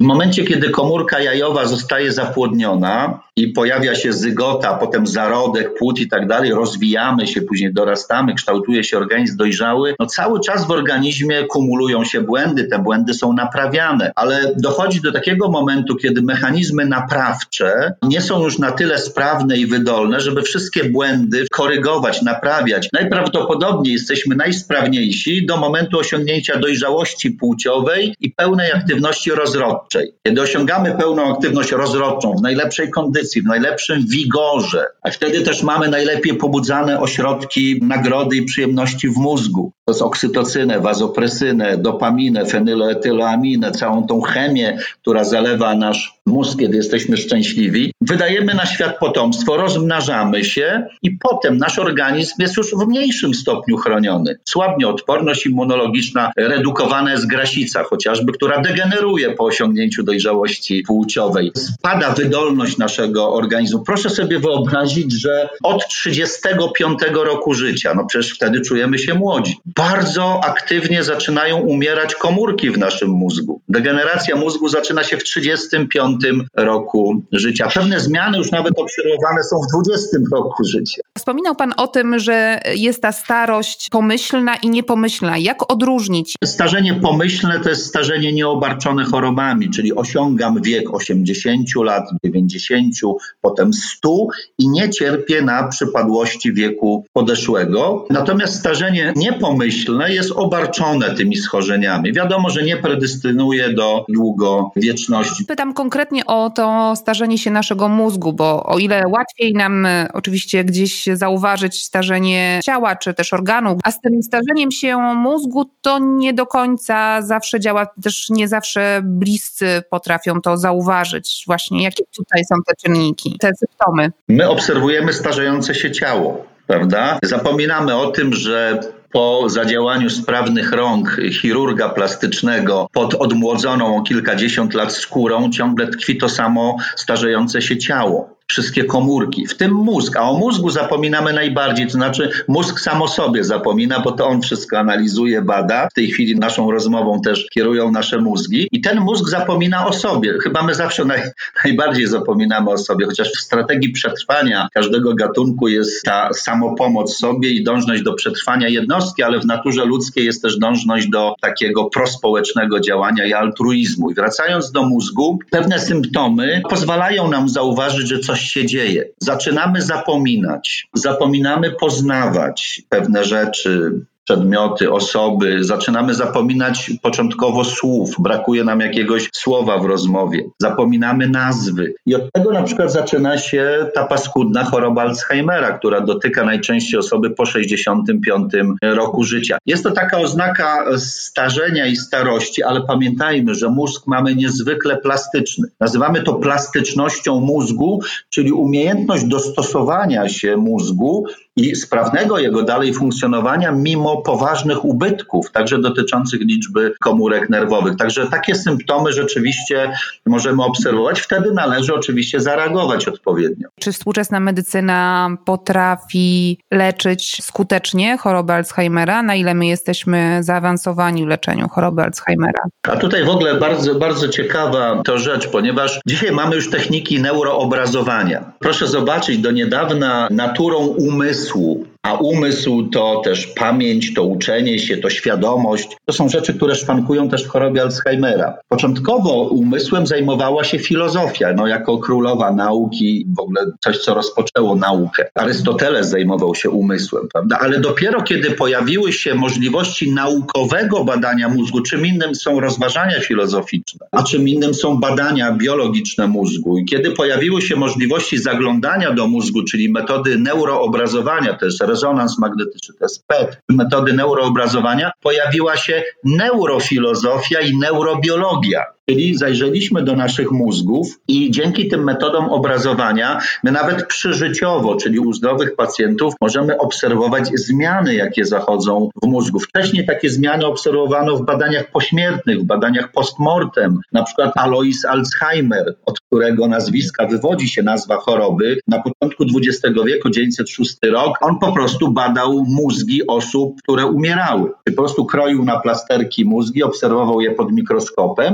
W momencie, kiedy komórka jajowa zostaje zapłodniona i pojawia się zygota, potem zarodek, płód i tak dalej, rozwijamy się, później dorastamy, kształtuje się organizm dojrzały, no cały czas w organizmie kumulują się błędy, te błędy są naprawiane, ale dochodzi do takiego momentu, kiedy mechanizmy naprawcze nie są już na tyle sprawne i wydolne, żeby wszystkie błędy korygować, naprawiać. Najprawdopodobniej jesteśmy najsprawniejsi do momentu osiągnięcia dojrzałości płciowej i pełnej aktywności rozrodczej. Kiedy osiągamy pełną aktywność rozrodczą, w najlepszej kondycji, w najlepszym wigorze, a wtedy też mamy najlepiej pobudzane ośrodki nagrody i przyjemności w mózgu. To jest oksytocynę, wazopresynę, dopaminę, fenyloetyloaminę, całą tą chemię, która zalewa nasz mózg, kiedy jesteśmy szczęśliwi. Wydajemy na świat potomstwo, rozmnażamy się i potem nasz organizm jest już w mniejszym stopniu chroniony. Słabnie odporność immunologiczna, redukowana jest grasica chociażby, która degeneruje po osiągnięciu dojrzałości płciowej. Spada wydolność naszego organizmu. Proszę sobie wyobrazić, że od trzydziestego piątego roku życia, no przecież wtedy czujemy się młodzi, bardzo aktywnie zaczynają umierać komórki w naszym mózgu. Degeneracja mózgu zaczyna się w trzydziestym piątym roku życia. Pewne zmiany już nawet obserwowane są w dwudziestym roku życia. Wspominał Pan o tym, że jest ta starość pomyślna i niepomyślna. Jak odróżnić? Starzenie pomyślne to jest starzenie nieobarczone chorobami, czyli osiągam wiek osiemdziesięciu lat, dziewięćdziesięciu, potem stu i nie cierpię na przypadłości wieku podeszłego. Natomiast starzenie niepomyślne jest obarczone tymi schorzeniami. Wiadomo, że nie predystynuje do długowieczności. Pytam konkretnie o to starzenie się naszego mózgu, bo o ile łatwiej nam oczywiście gdzieś zauważyć starzenie ciała czy też organu, a z tym starzeniem się mózgu to nie do końca zawsze działa, też nie zawsze bliscy potrafią to zauważyć. Właśnie jakie tutaj są te czynniki, te symptomy? My obserwujemy starzejące się ciało, prawda? Zapominamy o tym, że po zadziałaniu sprawnych rąk chirurga plastycznego pod odmłodzoną o kilkadziesiąt lat skórą ciągle tkwi to samo starzejące się ciało. Wszystkie komórki, w tym mózg, a o mózgu zapominamy najbardziej, to znaczy mózg sam o sobie zapomina, bo to on wszystko analizuje, bada. W tej chwili naszą rozmową też kierują nasze mózgi i ten mózg zapomina o sobie. Chyba my zawsze naj, najbardziej zapominamy o sobie, chociaż w strategii przetrwania każdego gatunku jest ta samopomoc sobie i dążność do przetrwania jednostki, ale w naturze ludzkiej jest też dążność do takiego prospołecznego działania i altruizmu. I wracając do mózgu, pewne symptomy pozwalają nam zauważyć, że coś się dzieje. Zaczynamy zapominać, zapominamy poznawać pewne rzeczy, przedmioty, osoby, zaczynamy zapominać początkowo słów, brakuje nam jakiegoś słowa w rozmowie, zapominamy nazwy. I od tego na przykład zaczyna się ta paskudna choroba Alzheimera, która dotyka najczęściej osoby po sześćdziesiątym piątym roku życia. Jest to taka oznaka starzenia i starości, ale pamiętajmy, że mózg mamy niezwykle plastyczny. Nazywamy to plastycznością mózgu, czyli umiejętność dostosowania się mózgu i sprawnego jego dalej funkcjonowania mimo poważnych ubytków, także dotyczących liczby komórek nerwowych. Także takie symptomy rzeczywiście możemy obserwować. Wtedy należy oczywiście zareagować odpowiednio. Czy współczesna medycyna potrafi leczyć skutecznie chorobę Alzheimera? Na ile my jesteśmy zaawansowani w leczeniu choroby Alzheimera? A tutaj w ogóle bardzo, bardzo ciekawa to rzecz, ponieważ dzisiaj mamy już techniki neuroobrazowania. Proszę zobaczyć, do niedawna naturą umysłu, a umysł to też pamięć, to uczenie się, to świadomość. To są rzeczy, które szwankują też w chorobie Alzheimera. Początkowo umysłem zajmowała się filozofia, no jako królowa nauki, w ogóle coś, co rozpoczęło naukę. Arystoteles zajmował się umysłem, prawda? Ale dopiero kiedy pojawiły się możliwości naukowego badania mózgu, czym innym są rozważania filozoficzne, a czym innym są badania biologiczne mózgu. I kiedy pojawiły się możliwości zaglądania do mózgu, czyli metody neuroobrazowania, to jest rezonans magnetyczny, to jest P E T, metody neuroobrazowania, pojawiła się neurofilozofia i neurobiologia. Czyli zajrzeliśmy do naszych mózgów i dzięki tym metodom obrazowania my nawet przyżyciowo, czyli u zdrowych pacjentów, możemy obserwować zmiany, jakie zachodzą w mózgu. Wcześniej takie zmiany obserwowano w badaniach pośmiertnych, w badaniach postmortem, na przykład Alois Alzheimer, od którego nazwiska wywodzi się nazwa choroby. Na początku dwudziestego wieku, tysiąc dziewięćset szósty rok, on po prostu badał mózgi osób, które umierały. Po prostu kroił na plasterki mózgi, obserwował je pod mikroskopem i zauważył,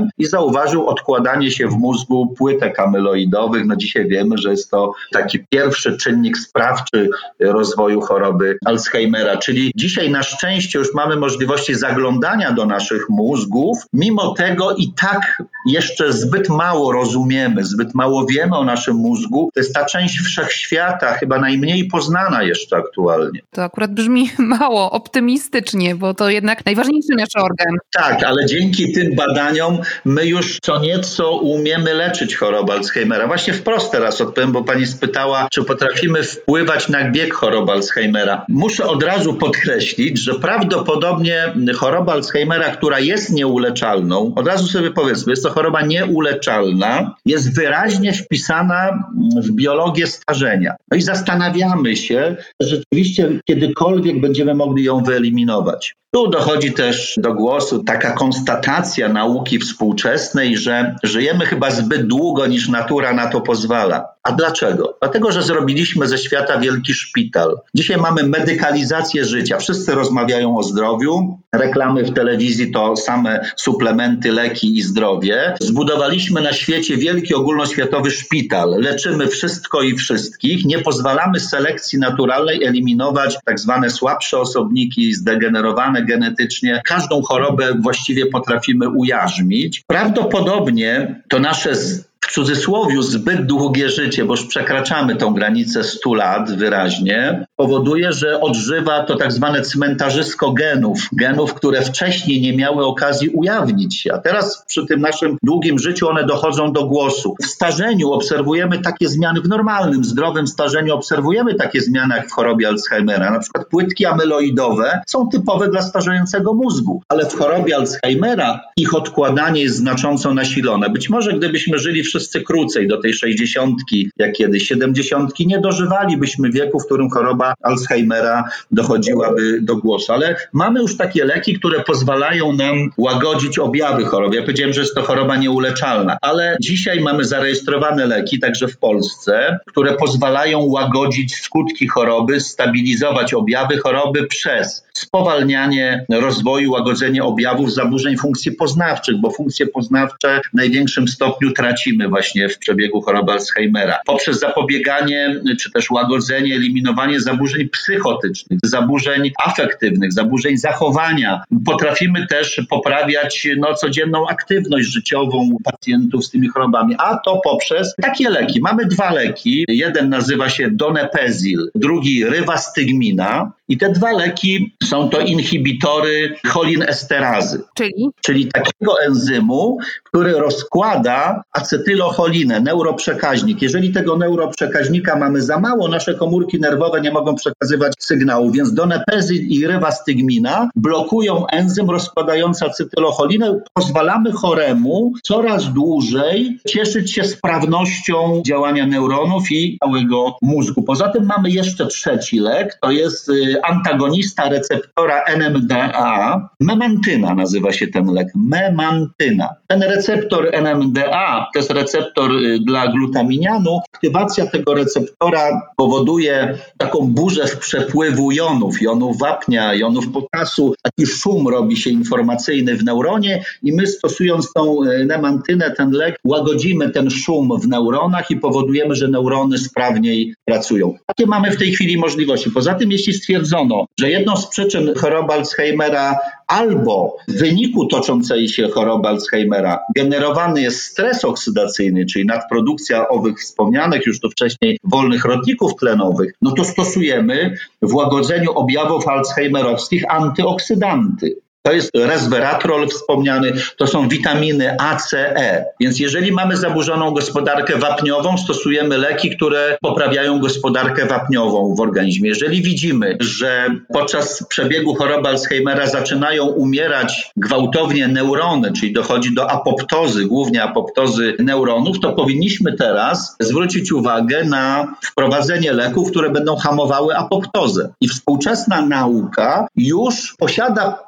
zauważył odkładanie się w mózgu płytek amyloidowych. No dzisiaj wiemy, że jest to taki pierwszy czynnik sprawczy rozwoju choroby Alzheimera, czyli dzisiaj na szczęście już mamy możliwości zaglądania do naszych mózgów, mimo tego i tak jeszcze zbyt mało rozumiemy, zbyt mało wiemy o naszym mózgu. To jest ta część wszechświata, chyba najmniej poznana jeszcze aktualnie. To akurat brzmi mało optymistycznie, bo to jednak najważniejszy nasz organ. Tak, ale dzięki tym badaniom my już co nieco umiemy leczyć chorobę Alzheimera. Właśnie wprost teraz odpowiem, bo pani spytała, czy potrafimy wpływać na bieg choroby Alzheimera. Muszę od razu podkreślić, że prawdopodobnie choroba Alzheimera, która jest nieuleczalną, od razu sobie powiedzmy, jest to choroba nieuleczalna, jest wyraźnie wpisana w biologię starzenia. No i zastanawiamy się, że rzeczywiście kiedykolwiek będziemy mogli ją wyeliminować. Tu dochodzi też do głosu taka konstatacja nauki współczesnej, że żyjemy chyba zbyt długo, niż natura na to pozwala. A dlaczego? Dlatego, że zrobiliśmy ze świata wielki szpital. Dzisiaj mamy medykalizację życia. Wszyscy rozmawiają o zdrowiu. Reklamy w telewizji to same suplementy, leki i zdrowie. Zbudowaliśmy na świecie wielki ogólnoświatowy szpital. Leczymy wszystko i wszystkich. Nie pozwalamy selekcji naturalnej eliminować tak zwane słabsze osobniki, zdegenerowane genetycznie. Każdą chorobę właściwie potrafimy ujarzmić. Prawdopodobnie to nasze z w cudzysłowie zbyt długie życie, bo już przekraczamy tą granicę stu lat wyraźnie, powoduje, że odżywa to tak zwane cmentarzysko genów. Genów, które wcześniej nie miały okazji ujawnić się. A teraz przy tym naszym długim życiu one dochodzą do głosu. W starzeniu obserwujemy takie zmiany, w normalnym, zdrowym starzeniu obserwujemy takie zmiany jak w chorobie Alzheimera. Na przykład płytki amyloidowe są typowe dla starzejącego mózgu, ale w chorobie Alzheimera ich odkładanie jest znacząco nasilone. Być może gdybyśmy żyli wszyscy krócej, do tej sześćdziesiątki, jak kiedyś siedemdziesiątki, nie dożywalibyśmy wieku, w którym choroba Alzheimera dochodziłaby do głosu. Ale mamy już takie leki, które pozwalają nam łagodzić objawy choroby. Ja powiedziałem, że jest to choroba nieuleczalna, ale dzisiaj mamy zarejestrowane leki, także w Polsce, które pozwalają łagodzić skutki choroby, stabilizować objawy choroby przez spowalnianie rozwoju, łagodzenie objawów zaburzeń funkcji poznawczych, bo funkcje poznawcze w największym stopniu tracimy właśnie w przebiegu choroby Alzheimera. Poprzez zapobieganie, czy też łagodzenie, eliminowanie zaburzeń psychotycznych, zaburzeń afektywnych, zaburzeń zachowania. Potrafimy też poprawiać no, codzienną aktywność życiową pacjentów z tymi chorobami, a to poprzez takie leki. Mamy dwa leki. Jeden nazywa się Donepezil, drugi Rivastigmina. I te dwa leki są to inhibitory cholinesterazy, Czyli? czyli takiego enzymu, który rozkłada acetylocholinę, neuroprzekaźnik. Jeżeli tego neuroprzekaźnika mamy za mało, nasze komórki nerwowe nie mogą przekazywać sygnału, więc Donepezil i Rivastigmina blokują enzym rozkładający acetylocholinę. Pozwalamy choremu coraz dłużej cieszyć się sprawnością działania neuronów i całego mózgu. Poza tym mamy jeszcze trzeci lek, to jest antagonista receptora N M D A. Memantyna nazywa się ten lek. Memantyna. Ten receptor N M D A to jest receptor dla glutaminianu. Aktywacja tego receptora powoduje taką burzę w przepływu jonów, jonów wapnia, jonów potasu. Taki szum robi się informacyjny w neuronie i my stosując tą memantynę, ten lek, łagodzimy ten szum w neuronach i powodujemy, że neurony sprawniej pracują. Takie mamy w tej chwili możliwości. Poza tym, jeśli stwierdzono, że jedną z przyczyn choroby Alzheimera albo w wyniku toczącej się choroby Alzheimera generowany jest stres oksydacyjny, czyli nadprodukcja owych wspomnianych już tu wcześniej wolnych rodników tlenowych, no to stosujemy w łagodzeniu objawów alzheimerowskich antyoksydanty. To jest resveratrol wspomniany, to są witaminy A, C, E. Więc jeżeli mamy zaburzoną gospodarkę wapniową, stosujemy leki, które poprawiają gospodarkę wapniową w organizmie. Jeżeli widzimy, że podczas przebiegu choroby Alzheimera zaczynają umierać gwałtownie neurony, czyli dochodzi do apoptozy, głównie apoptozy neuronów, to powinniśmy teraz zwrócić uwagę na wprowadzenie leków, które będą hamowały apoptozę. I współczesna nauka już posiada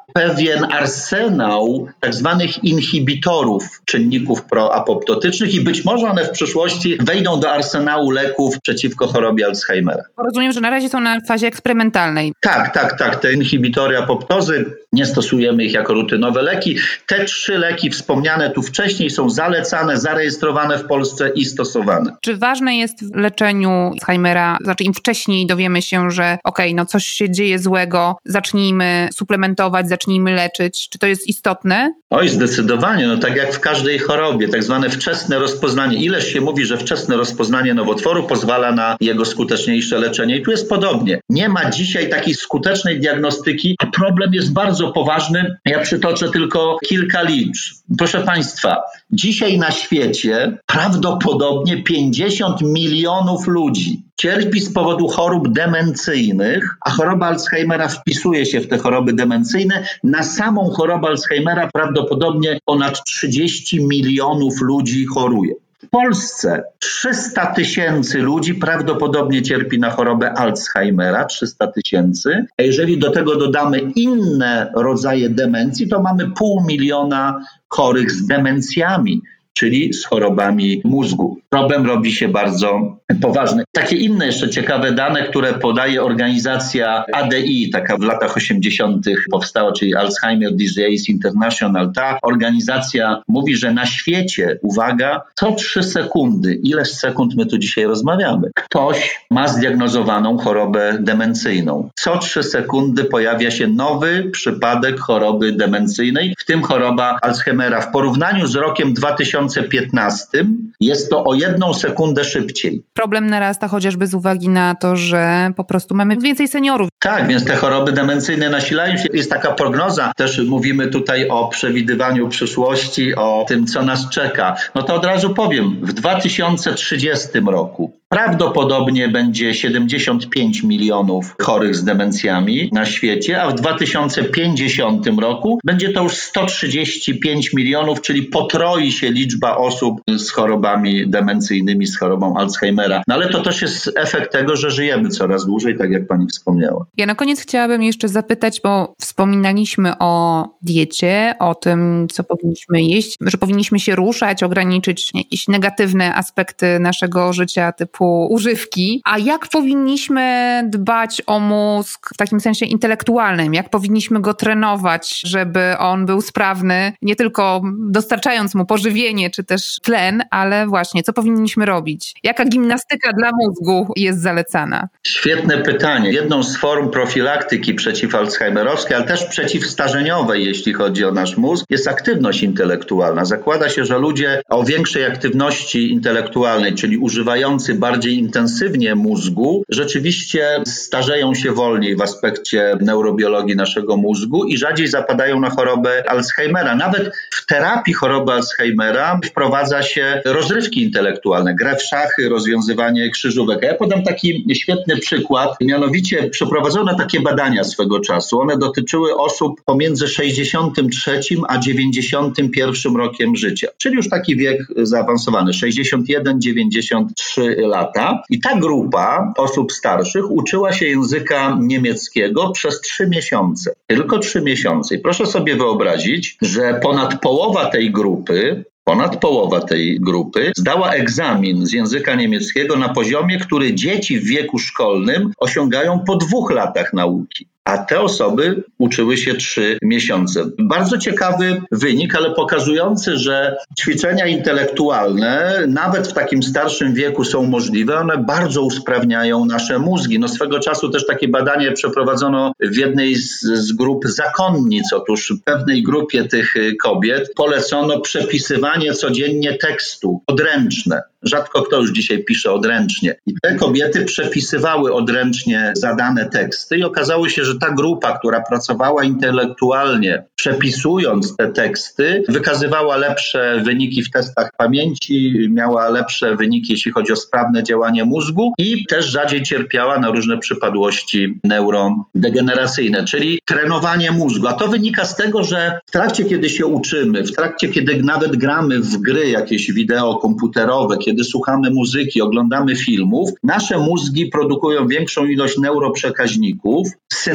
pewien arsenał tak zwanych inhibitorów czynników proapoptotycznych i być może one w przyszłości wejdą do arsenału leków przeciwko chorobie Alzheimera. Rozumiem, że na razie są na fazie eksperymentalnej. Tak, tak, tak. Te inhibitory apoptozy, nie stosujemy ich jako rutynowe leki. Te trzy leki wspomniane tu wcześniej są zalecane, zarejestrowane w Polsce i stosowane. Czy ważne jest w leczeniu Alzheimera, znaczy im wcześniej dowiemy się, że okej, okay, no coś się dzieje złego, zacznijmy suplementować, zacznijmy leczyć. Czy to jest istotne? Oj, zdecydowanie. No tak jak w każdej chorobie, tak zwane wczesne rozpoznanie. Ileż się mówi, że wczesne rozpoznanie nowotworu pozwala na jego skuteczniejsze leczenie. I tu jest podobnie. Nie ma dzisiaj takiej skutecznej diagnostyki, a problem jest bardzo poważny. Ja przytoczę tylko kilka liczb. Proszę Państwa, dzisiaj na świecie prawdopodobnie pięćdziesiąt milionów ludzi cierpi z powodu chorób demencyjnych, a choroba Alzheimera wpisuje się w te choroby demencyjne. Na samą chorobę Alzheimera prawdopodobnie ponad trzydzieści milionów ludzi choruje. W Polsce trzysta tysięcy ludzi prawdopodobnie cierpi na chorobę Alzheimera, trzysta tysięcy. A jeżeli do tego dodamy inne rodzaje demencji, to mamy pół miliona chorych z demencjami, czyli z chorobami mózgu. Problem robi się bardzo poważny. Takie inne jeszcze ciekawe dane, które podaje organizacja A D I, taka w latach osiemdziesiątych powstała, czyli Alzheimer Disease International. Ta organizacja mówi, że na świecie, uwaga, co trzy sekundy, ileż sekund my tu dzisiaj rozmawiamy, ktoś ma zdiagnozowaną chorobę demencyjną. Co trzy sekundy pojawia się nowy przypadek choroby demencyjnej, w tym choroba Alzheimera. W porównaniu z rokiem dwa tysiące piętnastym jest to o jedną sekundę szybciej. Problem narasta chociażby z uwagi na to, że po prostu mamy więcej seniorów. Tak, więc te choroby demencyjne nasilają się. Jest taka prognoza, też mówimy tutaj o przewidywaniu przyszłości, o tym, co nas czeka. No to od razu powiem, w dwa tysiące trzydziestym roku prawdopodobnie będzie siedemdziesiąt pięć milionów chorych z demencjami na świecie, a w dwa tysiące pięćdziesiątym roku będzie to już sto trzydzieści pięć milionów, czyli potroi się liczba osób z chorobami demencyjnymi, z chorobą Alzheimera. No ale to też jest efekt tego, że żyjemy coraz dłużej, tak jak pani wspomniała. Ja na koniec chciałabym jeszcze zapytać, bo wspominaliśmy o diecie, o tym, co powinniśmy jeść, że powinniśmy się ruszać, ograniczyć jakieś negatywne aspekty naszego życia typu używki, a jak powinniśmy dbać o mózg w takim sensie intelektualnym, jak powinniśmy go trenować, żeby on był sprawny, nie tylko dostarczając mu pożywienie czy też tlen, ale właśnie co powinniśmy robić? Jaka gimnastyka dla mózgu jest zalecana? Świetne pytanie. Jedną z form profilaktyki przeciwalzheimerowskiej, ale też przeciwstarzeniowej, jeśli chodzi o nasz mózg, jest aktywność intelektualna. Zakłada się, że ludzie o większej aktywności intelektualnej, czyli używający bardziej intensywnie mózgu, rzeczywiście starzeją się wolniej w aspekcie neurobiologii naszego mózgu i rzadziej zapadają na chorobę Alzheimera. Nawet w terapii choroby Alzheimera wprowadza się rozrywki intelektualne, grę w szachy, rozwiązywanie krzyżówek. A ja podam taki świetny przykład. Mianowicie przeprowadzono takie badania swego czasu. One dotyczyły osób pomiędzy sześćdziesiątym trzecim a dziewięćdziesiątym pierwszym rokiem życia, czyli już taki wiek zaawansowany, sześćdziesiąt jeden dziewięćdziesiąt trzy lata. I ta grupa osób starszych uczyła się języka niemieckiego przez trzy miesiące. Tylko trzy miesiące. I proszę sobie wyobrazić, że ponad połowa tej grupy Ponad połowa tej grupy zdała egzamin z języka niemieckiego na poziomie, który dzieci w wieku szkolnym osiągają po dwóch latach nauki. A te osoby uczyły się trzy miesiące. Bardzo ciekawy wynik, ale pokazujący, że ćwiczenia intelektualne nawet w takim starszym wieku są możliwe. One bardzo usprawniają nasze mózgi. No swego czasu też takie badanie przeprowadzono w jednej z, z grup zakonnic. Otóż pewnej grupie tych kobiet polecono przepisywanie codziennie tekstu odręczne. Rzadko kto już dzisiaj pisze odręcznie. I te kobiety przepisywały odręcznie zadane teksty i okazało się, że ta grupa, która pracowała intelektualnie, przepisując te teksty, wykazywała lepsze wyniki w testach pamięci, miała lepsze wyniki, jeśli chodzi o sprawne działanie mózgu i też rzadziej cierpiała na różne przypadłości neurodegeneracyjne, czyli trenowanie mózgu. A to wynika z tego, że w trakcie, kiedy się uczymy, w trakcie, kiedy nawet gramy w gry jakieś wideo komputerowe, kiedy słuchamy muzyki, oglądamy filmów, nasze mózgi produkują większą ilość neuroprzekaźników, synapsy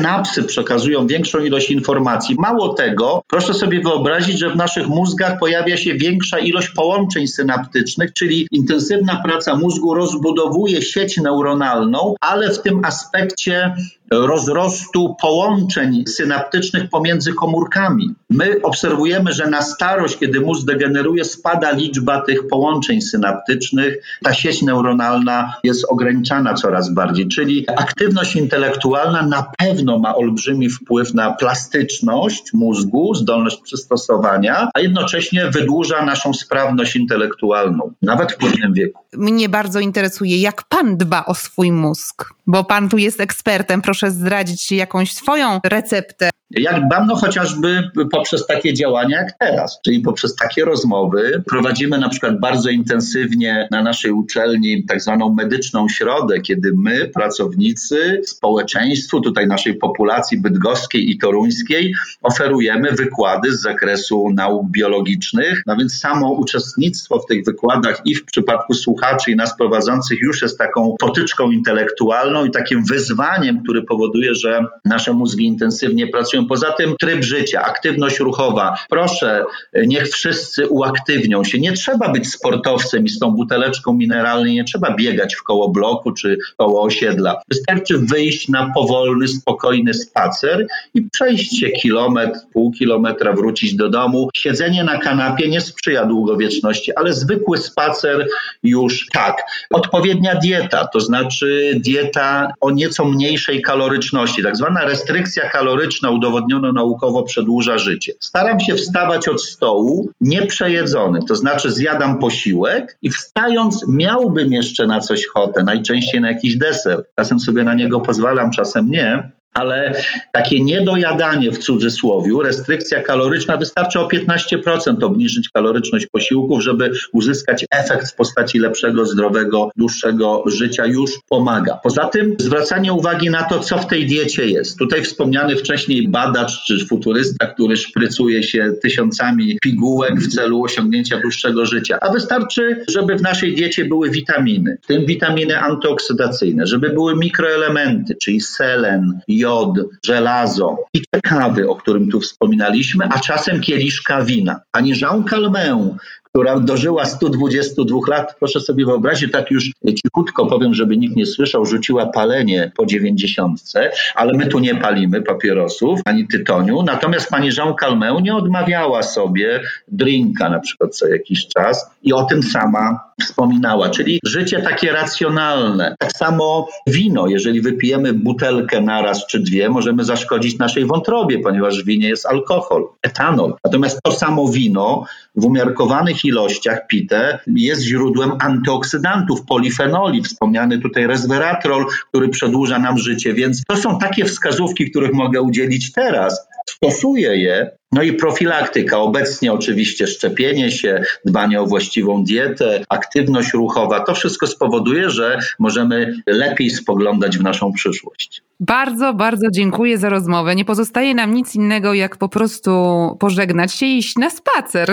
synapsy przekazują większą ilość informacji. Mało tego, proszę sobie wyobrazić, że w naszych mózgach pojawia się większa ilość połączeń synaptycznych, czyli intensywna praca mózgu rozbudowuje sieć neuronalną, ale w tym aspekcie rozrostu połączeń synaptycznych pomiędzy komórkami. My obserwujemy, że na starość, kiedy mózg degeneruje, spada liczba tych połączeń synaptycznych. Ta sieć neuronalna jest ograniczana coraz bardziej, czyli aktywność intelektualna na pewno ma olbrzymi wpływ na plastyczność mózgu, zdolność przystosowania, a jednocześnie wydłuża naszą sprawność intelektualną, nawet w późnym wieku. Mnie bardzo interesuje, jak pan dba o swój mózg, bo pan tu jest ekspertem. Proszę zdradzić jakąś swoją receptę. Jak dbam? No chociażby poprzez takie działania jak teraz, czyli poprzez takie rozmowy. Prowadzimy na przykład bardzo intensywnie na naszej uczelni tak zwaną medyczną środę, kiedy my, pracownicy, społeczeństwu, tutaj naszej populacji bydgoskiej i toruńskiej, oferujemy wykłady z zakresu nauk biologicznych. No więc samo uczestnictwo w tych wykładach i w przypadku słuchaczy i nas prowadzących już jest taką potyczką intelektualną i takim wyzwaniem, który powoduje, że nasze mózgi intensywnie pracują. Poza tym tryb życia, aktywność ruchowa. Proszę, niech wszyscy uaktywnią się. Nie trzeba być sportowcem i z tą buteleczką mineralną, nie trzeba biegać w koło bloku czy koło osiedla. Wystarczy wyjść na powolny, spokojny spacer i przejść się kilometr, pół kilometra, wrócić do domu. Siedzenie na kanapie nie sprzyja długowieczności, ale zwykły spacer już tak. Odpowiednia dieta, to znaczy dieta o nieco mniejszej kaloryczności, tak zwana restrykcja kaloryczna udowodniono naukowo przedłuża życie. Staram się wstawać od stołu nieprzejedzony, to znaczy zjadam posiłek i wstając miałbym jeszcze na coś ochotę, najczęściej na jakiś deser. Czasem sobie na niego pozwalam, czasem nie. Ale takie niedojadanie w cudzysłowiu, restrykcja kaloryczna, wystarczy o piętnaście procent obniżyć kaloryczność posiłków, żeby uzyskać efekt w postaci lepszego, zdrowego, dłuższego życia, już pomaga. Poza tym zwracanie uwagi na to, co w tej diecie jest. Tutaj wspomniany wcześniej badacz czy futurysta, który szprycuje się tysiącami pigułek w celu osiągnięcia dłuższego życia. A wystarczy, żeby w naszej diecie były witaminy, w tym witaminy antyoksydacyjne, żeby były mikroelementy, czyli selen, jod, żelazo i kawy, o którym tu wspominaliśmy, a czasem kieliszka wina. Pani Jean Calment, która dożyła stu dwudziestu dwóch lat, proszę sobie wyobrazić, tak już cichutko powiem, żeby nikt nie słyszał, rzuciła palenie po dziewięćdziesiątce, ale my tu nie palimy papierosów ani tytoniu, natomiast pani Jean Calment nie odmawiała sobie drinka na przykład co jakiś czas i o tym sama wspominała, czyli życie takie racjonalne. Tak samo wino, jeżeli wypijemy butelkę naraz czy dwie, możemy zaszkodzić naszej wątrobie, ponieważ w winie jest alkohol, etanol. Natomiast to samo wino w umiarkowanych ilościach pite jest źródłem antyoksydantów, polifenoli, wspomniany tutaj resveratrol, który przedłuża nam życie, więc to są takie wskazówki, których mogę udzielić teraz. Stosuję je. No i profilaktyka. Obecnie oczywiście szczepienie się, dbanie o właściwą dietę, aktywność ruchowa. To wszystko spowoduje, że możemy lepiej spoglądać w naszą przyszłość. Bardzo, bardzo dziękuję za rozmowę. Nie pozostaje nam nic innego, jak po prostu pożegnać się i iść na spacer.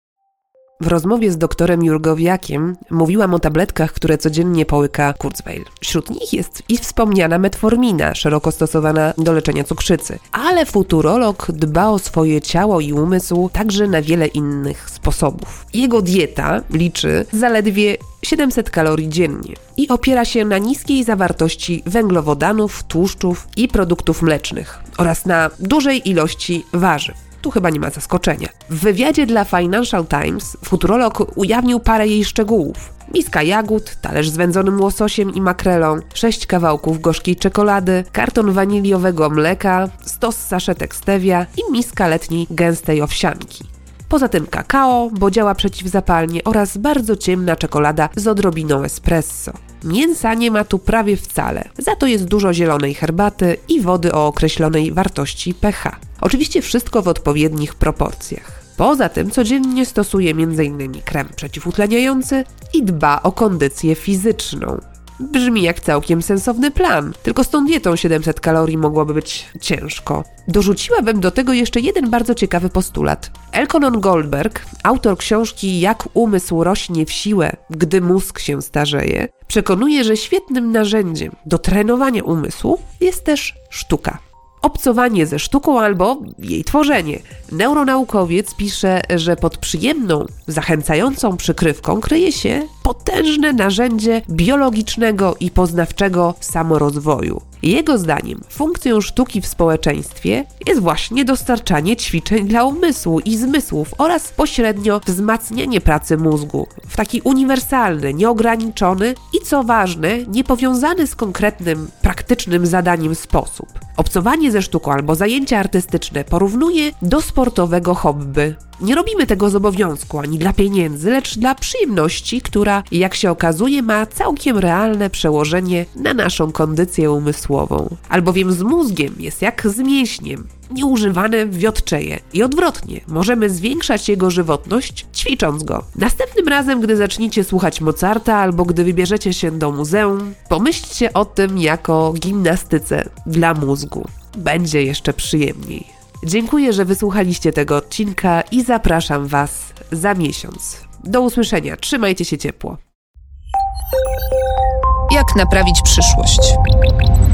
W rozmowie z doktorem Jurgowiakiem mówiłam o tabletkach, które codziennie połyka Kurzweil. Wśród nich jest i wspomniana metformina, szeroko stosowana do leczenia cukrzycy. Ale futurolog dba o swoje ciało i umysł także na wiele innych sposobów. Jego dieta liczy zaledwie siedemset kalorii dziennie i opiera się na niskiej zawartości węglowodanów, tłuszczów i produktów mlecznych oraz na dużej ilości warzyw. Tu chyba nie ma zaskoczenia. W wywiadzie dla Financial Times futurolog ujawnił parę jej szczegółów. Miska jagód, talerz z wędzonym łososiem i makrelą, sześć kawałków gorzkiej czekolady, karton waniliowego mleka, stos saszetek stevia i miska letniej gęstej owsianki. Poza tym kakao, bo działa przeciwzapalnie, oraz bardzo ciemna czekolada z odrobiną espresso. Mięsa nie ma tu prawie wcale, za to jest dużo zielonej herbaty i wody o określonej wartości pH. Oczywiście wszystko w odpowiednich proporcjach. Poza tym codziennie stosuje między innymi krem przeciwutleniający i dba o kondycję fizyczną. Brzmi jak całkiem sensowny plan, tylko z tą dietą siedemset kalorii mogłoby być ciężko. Dorzuciłabym do tego jeszcze jeden bardzo ciekawy postulat. Elkonon Goldberg, autor książki Jak umysł rośnie w siłę, gdy mózg się starzeje, przekonuje, że świetnym narzędziem do trenowania umysłu jest też sztuka. obcowanie ze sztuką albo jej tworzenie. Neuronaukowiec pisze, że pod przyjemną, zachęcającą przykrywką kryje się potężne narzędzie biologicznego i poznawczego samorozwoju. Jego zdaniem funkcją sztuki w społeczeństwie jest właśnie dostarczanie ćwiczeń dla umysłu i zmysłów oraz pośrednio wzmacnianie pracy mózgu w taki uniwersalny, nieograniczony i co ważne, niepowiązany z konkretnym, praktycznym zadaniem sposób. Obcowanie ze sztuką albo zajęcia artystyczne porównuje do sportowego hobby. Nie robimy tego z obowiązku ani dla pieniędzy, lecz dla przyjemności, która, jak się okazuje, ma całkiem realne przełożenie na naszą kondycję umysłową. Albowiem z mózgiem jest jak z mięśniem. Nieużywane wiotczeje i odwrotnie, możemy zwiększać jego żywotność ćwicząc go. Następnym razem, gdy zaczniecie słuchać Mozarta albo gdy wybierzecie się do muzeum, pomyślcie o tym jako gimnastyce dla mózgu. Będzie jeszcze przyjemniej. Dziękuję, że wysłuchaliście tego odcinka i zapraszam Was za miesiąc. Do usłyszenia, trzymajcie się ciepło. Jak naprawić przyszłość?